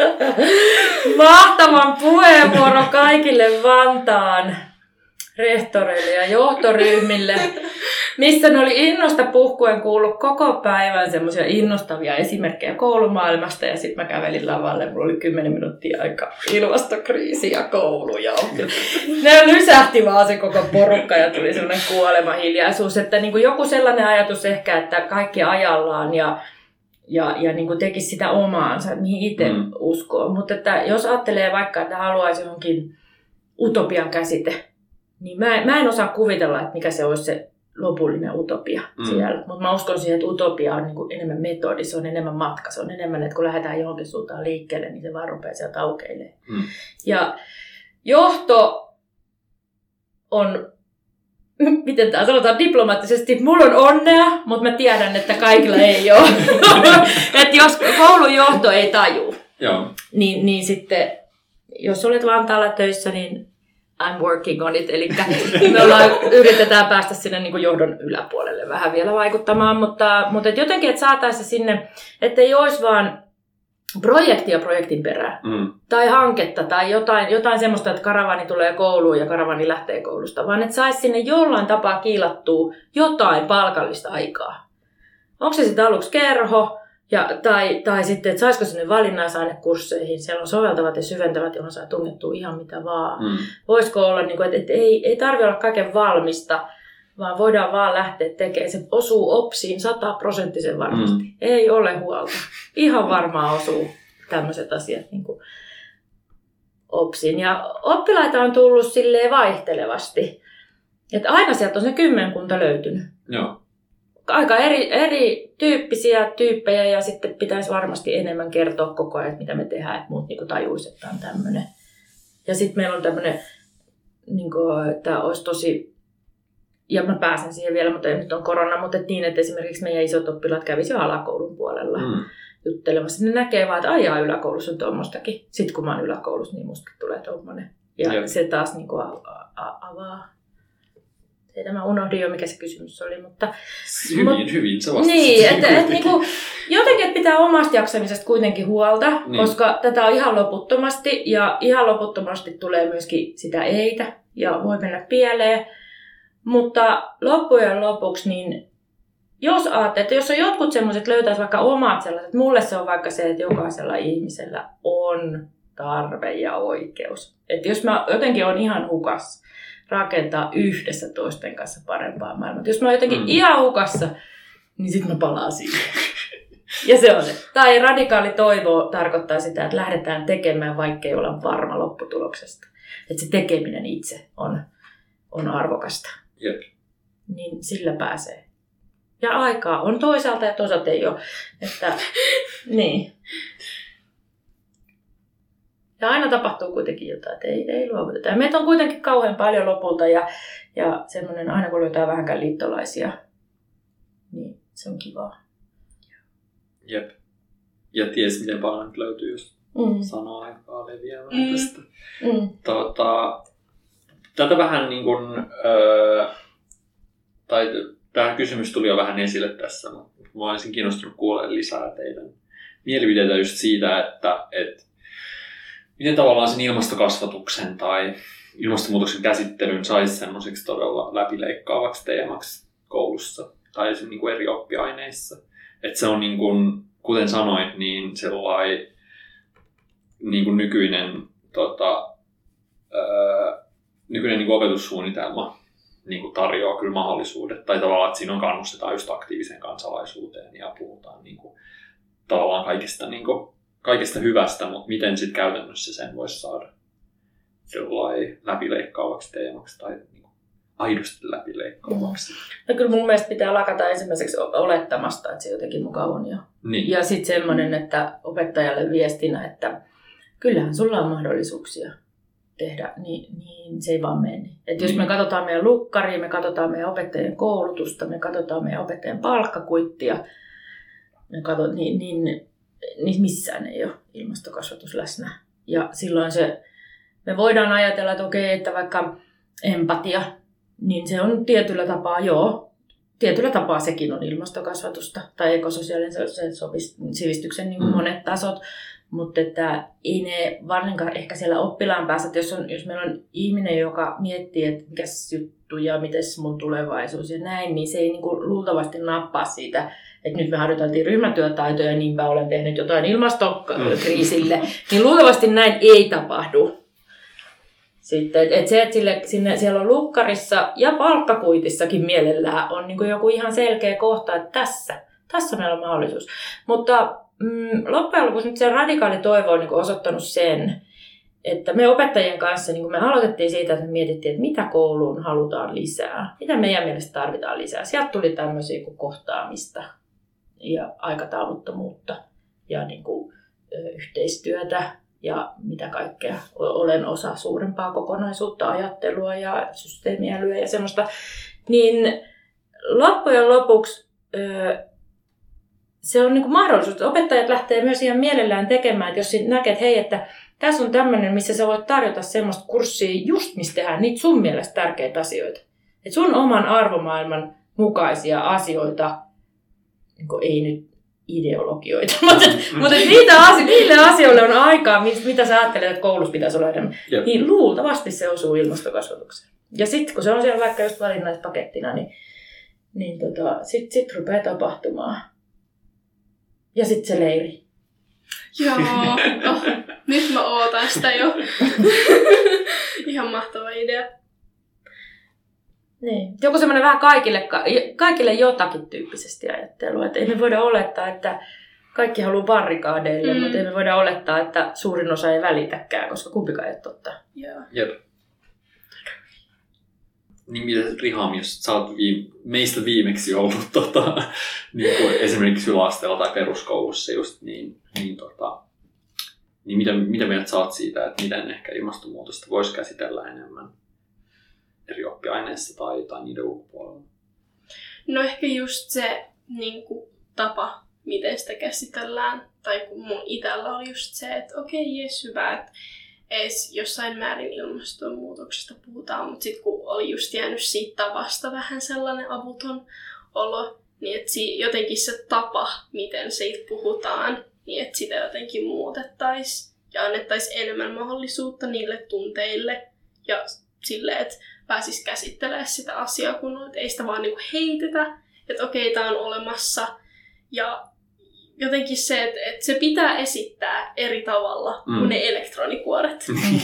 mahtavan puheenvuoron kaikille Vantaan rehtoreille ja johtoryhmille, missä ne oli innosta puhkuen kuullut koko päivän semmoisia innostavia esimerkkejä koulumaailmasta ja sitten mä kävelin lavalle, mulla oli kymmenen minuuttia aikaa ilmastokriisi ja koulu ja ne lysähti vaan se koko porukka ja tuli semmoinen kuolemahiljaisuus, että niin kuin joku sellainen ajatus ehkä, että kaikki ajallaan ja ja, ja niin kuin tekisi sitä omaansa, mihin itse mm. uskoo. Mutta että jos ajattelee vaikka, että haluaisi johonkin utopian käsite, niin mä, mä en osaa kuvitella, että mikä se olisi se lopullinen utopia mm. siellä. Mutta mä uskon siihen, että utopia on niin kuin enemmän metodi, se on enemmän matka, se on enemmän, että kun lähdetään johonkin suuntaan liikkeelle, niin se vaan rupeaa sieltä aukeilemaan. Mm. Ja johto on, miten tämä sanotaan diplomaattisesti, mulla on onnea, mutta mä tiedän, että kaikilla ei ole. Että jos koulun johto ei taju, Joo. Niin, niin sitten, jos olet Vantaalla töissä, niin I'm working on it. Eli me ollaan, yritetään päästä sinne niin kuin johdon yläpuolelle vähän vielä vaikuttamaan, mutta, mutta et jotenkin, että saataisiin sinne, että ei olisi vaan projektia projektin perään. Mm. Tai hanketta tai jotain, jotain semmoista, että karavani tulee kouluun ja karavani lähtee koulusta, vaan että saisi sinne jollain tapaa kiilattua jotain palkallista aikaa. Onko se sitten aluksi kerho, ja, tai, tai sitten, että saisiko sinne valinnaisainnekursseihin, siellä on soveltavat ja syventävät, johon saa tungettua ihan mitä vaan. Mm. Voisiko olla, niin kuin, että, että ei, ei tarvitse olla kaiken valmista, vaan voidaan vaan lähteä tekemään. Se osuu opsiin sataprosenttisen varmasti. Mm. Ei ole huolta. Ihan varmaan osuu tämmöiset asiat niin kuin opsiin. Ja oppilaita on tullut silleen vaihtelevasti. Että aina sieltä on se kymmenkunta löytynyt. Joo. Aika eri, eri tyyppisiä tyyppejä ja sitten pitäisi varmasti enemmän kertoa koko ajan, että mitä me tehdään, että muut niin tajuisivat, että on tämmöinen. Ja sitten meillä on tämmöinen, niin kuin, että olisi tosi, ja mä pääsen siihen vielä, mutta nyt on korona, mutta niin, että esimerkiksi meidän isot oppilaat kävisi jo alakoulun puolella mm. juttelemassa. Ne näkee vaan, että aijaa, yläkoulussa on tuommoistakin. Sitten kun mä oon yläkoulussa, niin mustakin tulee tuommoinen. Ja Jep. se taas niin kuin avaa. Mä unohdin jo, mikä se kysymys oli, mutta... Hyvin, mut, hyvin se vastasit. Niin, että et, niinku, jotenkin et pitää omasta jaksamisesta kuitenkin huolta, niin. Koska tätä on ihan loputtomasti ja ihan loputtomasti tulee myöskin sitä eitä ja voi mennä pieleen. Mutta loppujen lopuksi, niin jos ajattelee, että jos on jotkut semmoiset löytäisi vaikka omat sellaiset, mulle se on vaikka se, että jokaisella ihmisellä on tarve ja oikeus. Että jos mä jotenkin on ihan hukassa, rakentaa yhdessä toisten kanssa parempaa maailmaa. Jos mä oon jotenkin mm. ihan hukassa, niin sit mä palaan siihen. Ja se on se. Tai radikaali toivo tarkoittaa sitä, että lähdetään tekemään, vaikkei olla varma lopputuloksesta. Että se tekeminen itse on, on arvokasta. Jep. Niin sillä pääsee. Ja aikaa on toisaalta ja toisaalta ei ole. Että, niin. Ja aina tapahtuu kuitenkin jotain, että ei, ei luovuteta. Ja meitä on kuitenkin kauhean paljon lopulta ja, ja semmoinen, aina kun löytää vähänkään liittolaisia, niin se on kivaa. Jep. Ja ties miten paljon nyt löytyy, jos mm. sanoo aikaa leviämään mm. tästä. Mm. Tota, tätä vähän niin kuin, öö, tai tämä kysymys tuli jo vähän esille tässä, mutta mä olisin kiinnostunut kuulemaan lisää teidän mielipiteitä just siitä, että et, miten tavallaan sen ilmastokasvatuksen tai ilmastonmuutoksen käsittelyn saisi semmoiseksi todella läpileikkaavaksi teemaksi koulussa tai niin kuin eri oppiaineissa. Että se on, niin kuin, kuten sanoit, niin sellainen niin kuin nykyinen, tota, öö, nykyinen niin kuin opetussuunnitelma niin kuin tarjoaa kyllä mahdollisuudet. Tai tavallaan, että siinä on kannustetaan just aktiiviseen kansalaisuuteen ja puhutaan niin kuin, tavallaan kaikista, niin kuin, kaikista hyvästä, mutta miten sitten käytännössä sen voisi saada sellainen läpileikkaavaksi teemaksi tai niin kuin, aidosti läpileikkaavaksi. No kyllä mun mielestä pitää lakata ensimmäiseksi olettamasta, että se jotenkin mukaan on jo. Niin. Ja sitten semmoinen, että opettajalle viestinä, että kyllähän sulla on mahdollisuuksia tehdä, niin, niin se ei vaan mene. Että jos me katsotaan meidän lukkaria, me katsotaan meidän opettajien koulutusta, me katsotaan meidän opettajien palkkakuittia, me katsot, niin, niin, niin missään ei ole ilmastokasvatus läsnä. Ja silloin se, me voidaan ajatella, että okei, että vaikka empatia, niin se on tietyllä tapaa, joo, tietyllä tapaa sekin on ilmastokasvatusta tai ekososiaalisen sivistyksen niin kuin mm. monet tasot, mutta että ei ne varsinkaan ehkä siellä oppilaan päässä, että jos, on, jos meillä on ihminen, joka miettii, että mikäs juttu ja mites mun tulevaisuus ja näin, niin se ei niin kuin luultavasti nappaa siitä, että nyt me harjoiteltiin ryhmätyötaitoja ja niinpä olen tehnyt jotain ilmastokriisille, mm. niin luultavasti näin ei tapahdu. Sitten, että et se, että sille, sinne, siellä on lukkarissa ja palkkakuitissakin mielellään on niin kuin joku ihan selkeä kohta, että tässä, tässä meillä on mahdollisuus. Mutta mm, loppujen lopuksi nyt se radikaali toivo on niin kuin osoittanut sen, että me opettajien kanssa niin kuin me aloitettiin siitä, että me mietittiin, että mitä kouluun halutaan lisää, mitä meidän mielestä tarvitaan lisää. Sieltä tuli tämmöisiä kuin kohtaamista ja aikatauluttomuutta ja niin kuin, ö, yhteistyötä. Ja mitä kaikkea. Olen osa suurempaa kokonaisuutta, ajattelua ja systeemiälyä ja semmoista. Niin loppujen lopuksi se on niinku mahdollisuus, että opettajat lähtee myös ihan mielellään tekemään, että jos näkee, että hei, että tässä on tämmöinen, missä sä voit tarjota semmoista kurssia, just missä tehdään niitä sun mielestä tärkeitä asioita. Että sun oman arvomaailman mukaisia asioita, niin ei nyt ideologioita, mutta, mm. mutta niitä asio- niille asioille on aikaa, mitä sä ajattelet, että koulussa pitäisi olla enemmän. Yep. Niin luultavasti se osuu ilmastokasvatukseen. Ja sitten kun se on siellä vaikka just valinnaispakettina, niin, niin tota, sitten sit rupeaa tapahtumaan. Ja sitten se leiri. Joo, oh, nyt mä ootan sitä jo. Ihan mahtava idea. Niin. Joku semmoinen vähän kaikille, kaikille jotakin tyyppisesti ajattelua. Että ei me voida olettaa, että kaikki haluaa barrikaadeille, mm. mutta ei me voida olettaa, että suurin osa ei välitäkään, koska kumpikaan ei ole totta. Joo. Jep. Niin mitä Riham, jos sä oot viime, meistä viimeksi ollut tota, niin kuin esimerkiksi yläasteella tai peruskoulussa just, niin, niin, tota, niin mitä, mitä mieltä sä oot siitä, että miten ehkä ilmastonmuutosta voisi käsitellä enemmän eri oppiaineissa tai, tai niiden ulkopuolella? No ehkä just se niin kuin, tapa, miten sitä käsitellään. Tai kun mun itällä oli just se, että okei, jes, hyvä, että edes jossain määrin ilmastonmuutoksesta puhutaan. Mutta sitten kun oli just jäänyt siitä tavasta vähän sellainen avuton olo, niin että jotenkin se tapa, miten siitä puhutaan, niin että sitä jotenkin muutettaisiin ja annettaisiin enemmän mahdollisuutta niille tunteille ja silleen, että pääsisi käsittelemään sitä asiaa kunnolla, että ei sitä vaan niinku heitetä, että okei, tää on olemassa ja jotenkin se, että, että se pitää esittää eri tavalla mm. kuin ne elektronikuoret.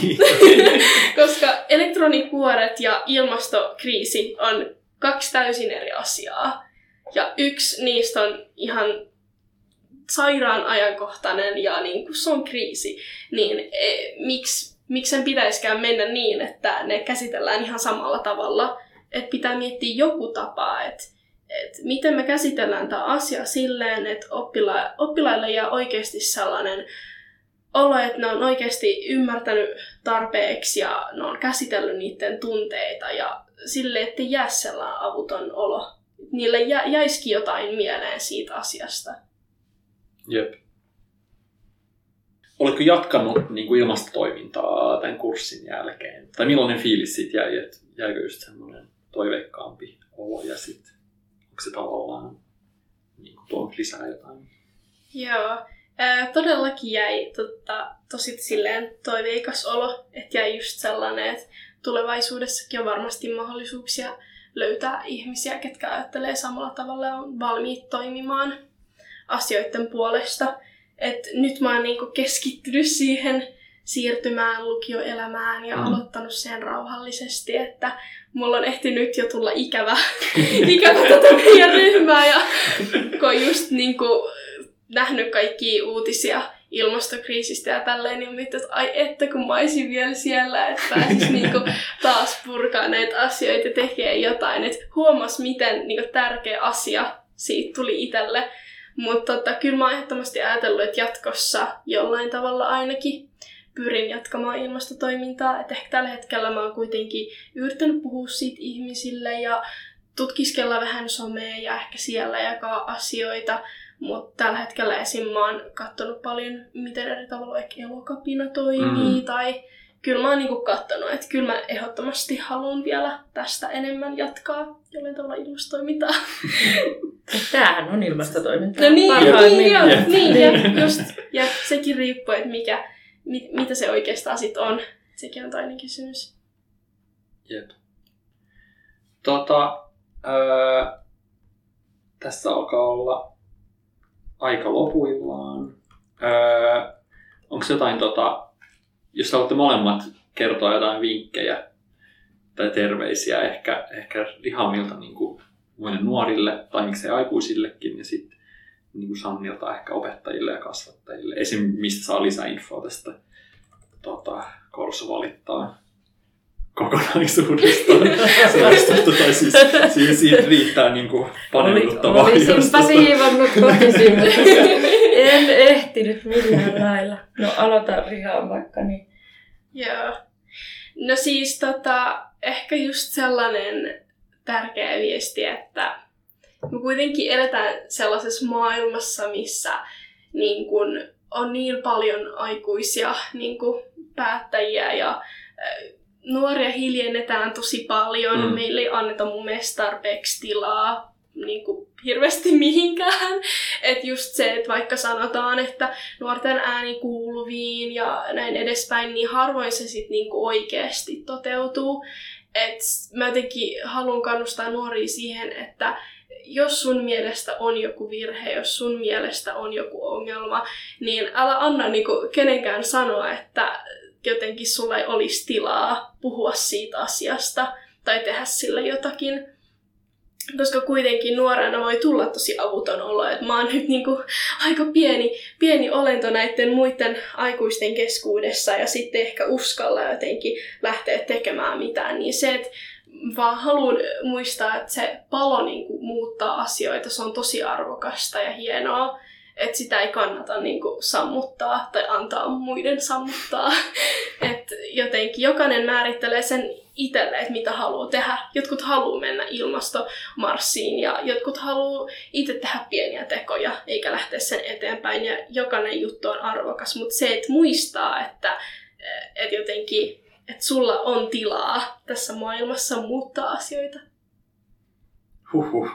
Koska elektronikuoret ja ilmastokriisi on kaksi täysin eri asiaa. Ja yksi niistä on ihan sairaan ajankohtainen ja niin kuin se on kriisi. Niin e, miksi, miksi sen pitäisikään mennä niin, että ne käsitellään ihan samalla tavalla? Että pitää miettiä joku tapa, että et miten me käsitellään tämä asia silleen, että oppila- oppilaille jää oikeasti sellainen olo, että ne on oikeasti ymmärtänyt tarpeeksi ja ne on käsitellyt niiden tunteita ja silleen, ettei jää sellainen avuton olo. Niille jä- jäisikin jotain mieleen siitä asiasta. Jep. Oletko jatkanut niin kuin ilmastotoimintaa tämän kurssin jälkeen? Tai millainen fiilis siitä jäi, että jäikö just semmoinen toiveikkaampi olo ja sitten onko se tavallaan niin kuin tuonut lisää jotain? Joo, ää, todellakin jäi totta, tosi silleen toiveikas olo, että jäi just sellainen, että tulevaisuudessakin on varmasti mahdollisuuksia löytää ihmisiä, ketkä ajattelee samalla tavalla ja on valmiit toimimaan asioiden puolesta. Et nyt mä oon niinku keskittynyt siihen siirtymään lukioelämään ja mm. aloittanut sen rauhallisesti, että mulla on ehtinyt jo tulla ikävä, ikävä tätä meidän ryhmää ja kun on just niinku nähnyt kaikkia uutisia ilmastokriisistä ja tälleen, niin miettii, että ai että kun mä olisin vielä siellä, että pääsis niinku taas purkaa näitä asioita ja tekee jotain. Et huomas, miten niinku tärkeä asia siitä tuli itselle. Mutta tota, kyllä mä oon ehdottomasti ajatellut, että jatkossa jollain tavalla ainakin pyrin jatkamaan ilmastotoimintaa. Et ehkä tällä hetkellä mä oon kuitenkin yrittänyt puhua siitä ihmisille ja tutkiskella vähän somea ja ehkä siellä jakaa asioita. Mutta tällä hetkellä esim. Mä oon katsonut paljon, miten eri tavalla ehkä Elokapina toimii. Mm. Tai kyllä mä oon niinku katsonut, että kyllä mä ehdottomasti haluan vielä tästä enemmän jatkaa jollain tavalla ilmastotoimintaa. Tämähän on ilmastotoimintaa. No niin, niin, jo, niin ja, just, ja sekin riippuu, että mikä, mit, mitä se oikeastaan sit on. Sekin on toinen kysymys. Jep. Tota, öö, tässä alkaa olla aika lopuillaan. Öö, onko jotain, tota, jos haluatte molemmat kertoa jotain vinkkejä tai terveisiä ehkä, ehkä Rihamilta niin kuin muille nuorille tai miksei aikuisillekin ja sitten niin kuin Sannilta ehkä opettajille ja kasvattajille. Esim. Mistä saa lisäinfoa tästä tota, Korso valittaa kokonaisuudesta. tai siis siihen, siihen riittää niin kuin paneuduttavaa. Olisinpa siivonnut kotisimme. En ehtinyt millään lailla. No aloita Rihaan vaikka. Niin. Joo. No siis tota, ehkä just sellainen tärkeä viesti, että me kuitenkin eletään sellaisessa maailmassa, missä niin kun on niin paljon aikuisia niin kun päättäjiä ja nuoria hiljennetään tosi paljon. Mm. Meille ei anneta mun mielestä tarpeeksi tilaa niin kuin hirveästi mihinkään. Että just se, että vaikka sanotaan, että nuorten ääni kuuluviin ja näin edespäin, niin harvoin se sitten niinku oikeasti toteutuu. Et mä jotenkin haluan kannustaa nuoria siihen, että jos sun mielestä on joku virhe, jos sun mielestä on joku ongelma, niin älä anna niinku kenenkään sanoa, että jotenkin sulla ei olisi tilaa puhua siitä asiasta tai tehdä sillä jotakin. Koska kuitenkin nuorena voi tulla tosi avuton olo, että mä oon nyt niinku aika pieni, pieni olento näiden muiden aikuisten keskuudessa ja sitten ehkä uskalla jotenkin lähteä tekemään mitään. Niin se, että vaan haluan muistaa, että se palo niinku muuttaa asioita, se on tosi arvokasta ja hienoa. Että sitä ei kannata niinku sammuttaa tai antaa muiden sammuttaa. Että jotenkin jokainen määrittelee sen itselle, että mitä haluaa tehdä. Jotkut haluaa mennä ilmastomarssiin ja jotkut haluaa itse tehdä pieniä tekoja eikä lähteä sen eteenpäin. Ja jokainen juttu on arvokas, mutta se, että muistaa, että, että jotenkin että sulla on tilaa tässä maailmassa muuttaa asioita. Huhhuh.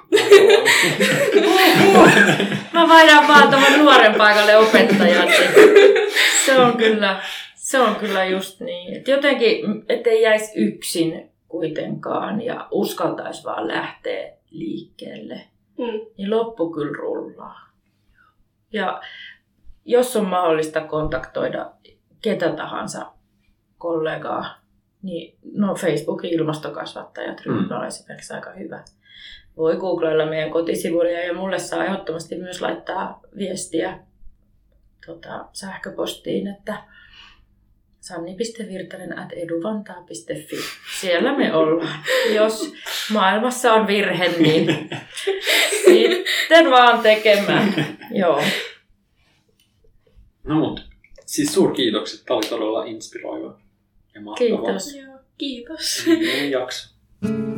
Mä vaihdan vaan tuohon nuoren paikalle opettajan. Se on kyllä, se on kyllä just niin. Et jotenkin, ettei jäisi yksin kuitenkaan ja uskaltaisi vaan lähteä liikkeelle. Mm. Niin loppu kyllä rullaa. Ja jos on mahdollista kontaktoida ketä tahansa kollegaa, niin no Facebookin ilmastokasvattajat ryhmä on esimerkiksi aika hyvä. Voi googlailla meidän kotisivuja ja mulle saa ehdottomasti myös laittaa viestiä tota, sähköpostiin, että sanni piste virtanen at eduvantaa piste fi. Siellä me ollaan. Jos maailmassa on virhe, niin sitten vaan tekemään. Joo. No mut, siis suurkiitokset. Tämä oli todella inspiroiva ja mahtavaa. Kiitos. Joo, kiitos. Jakso.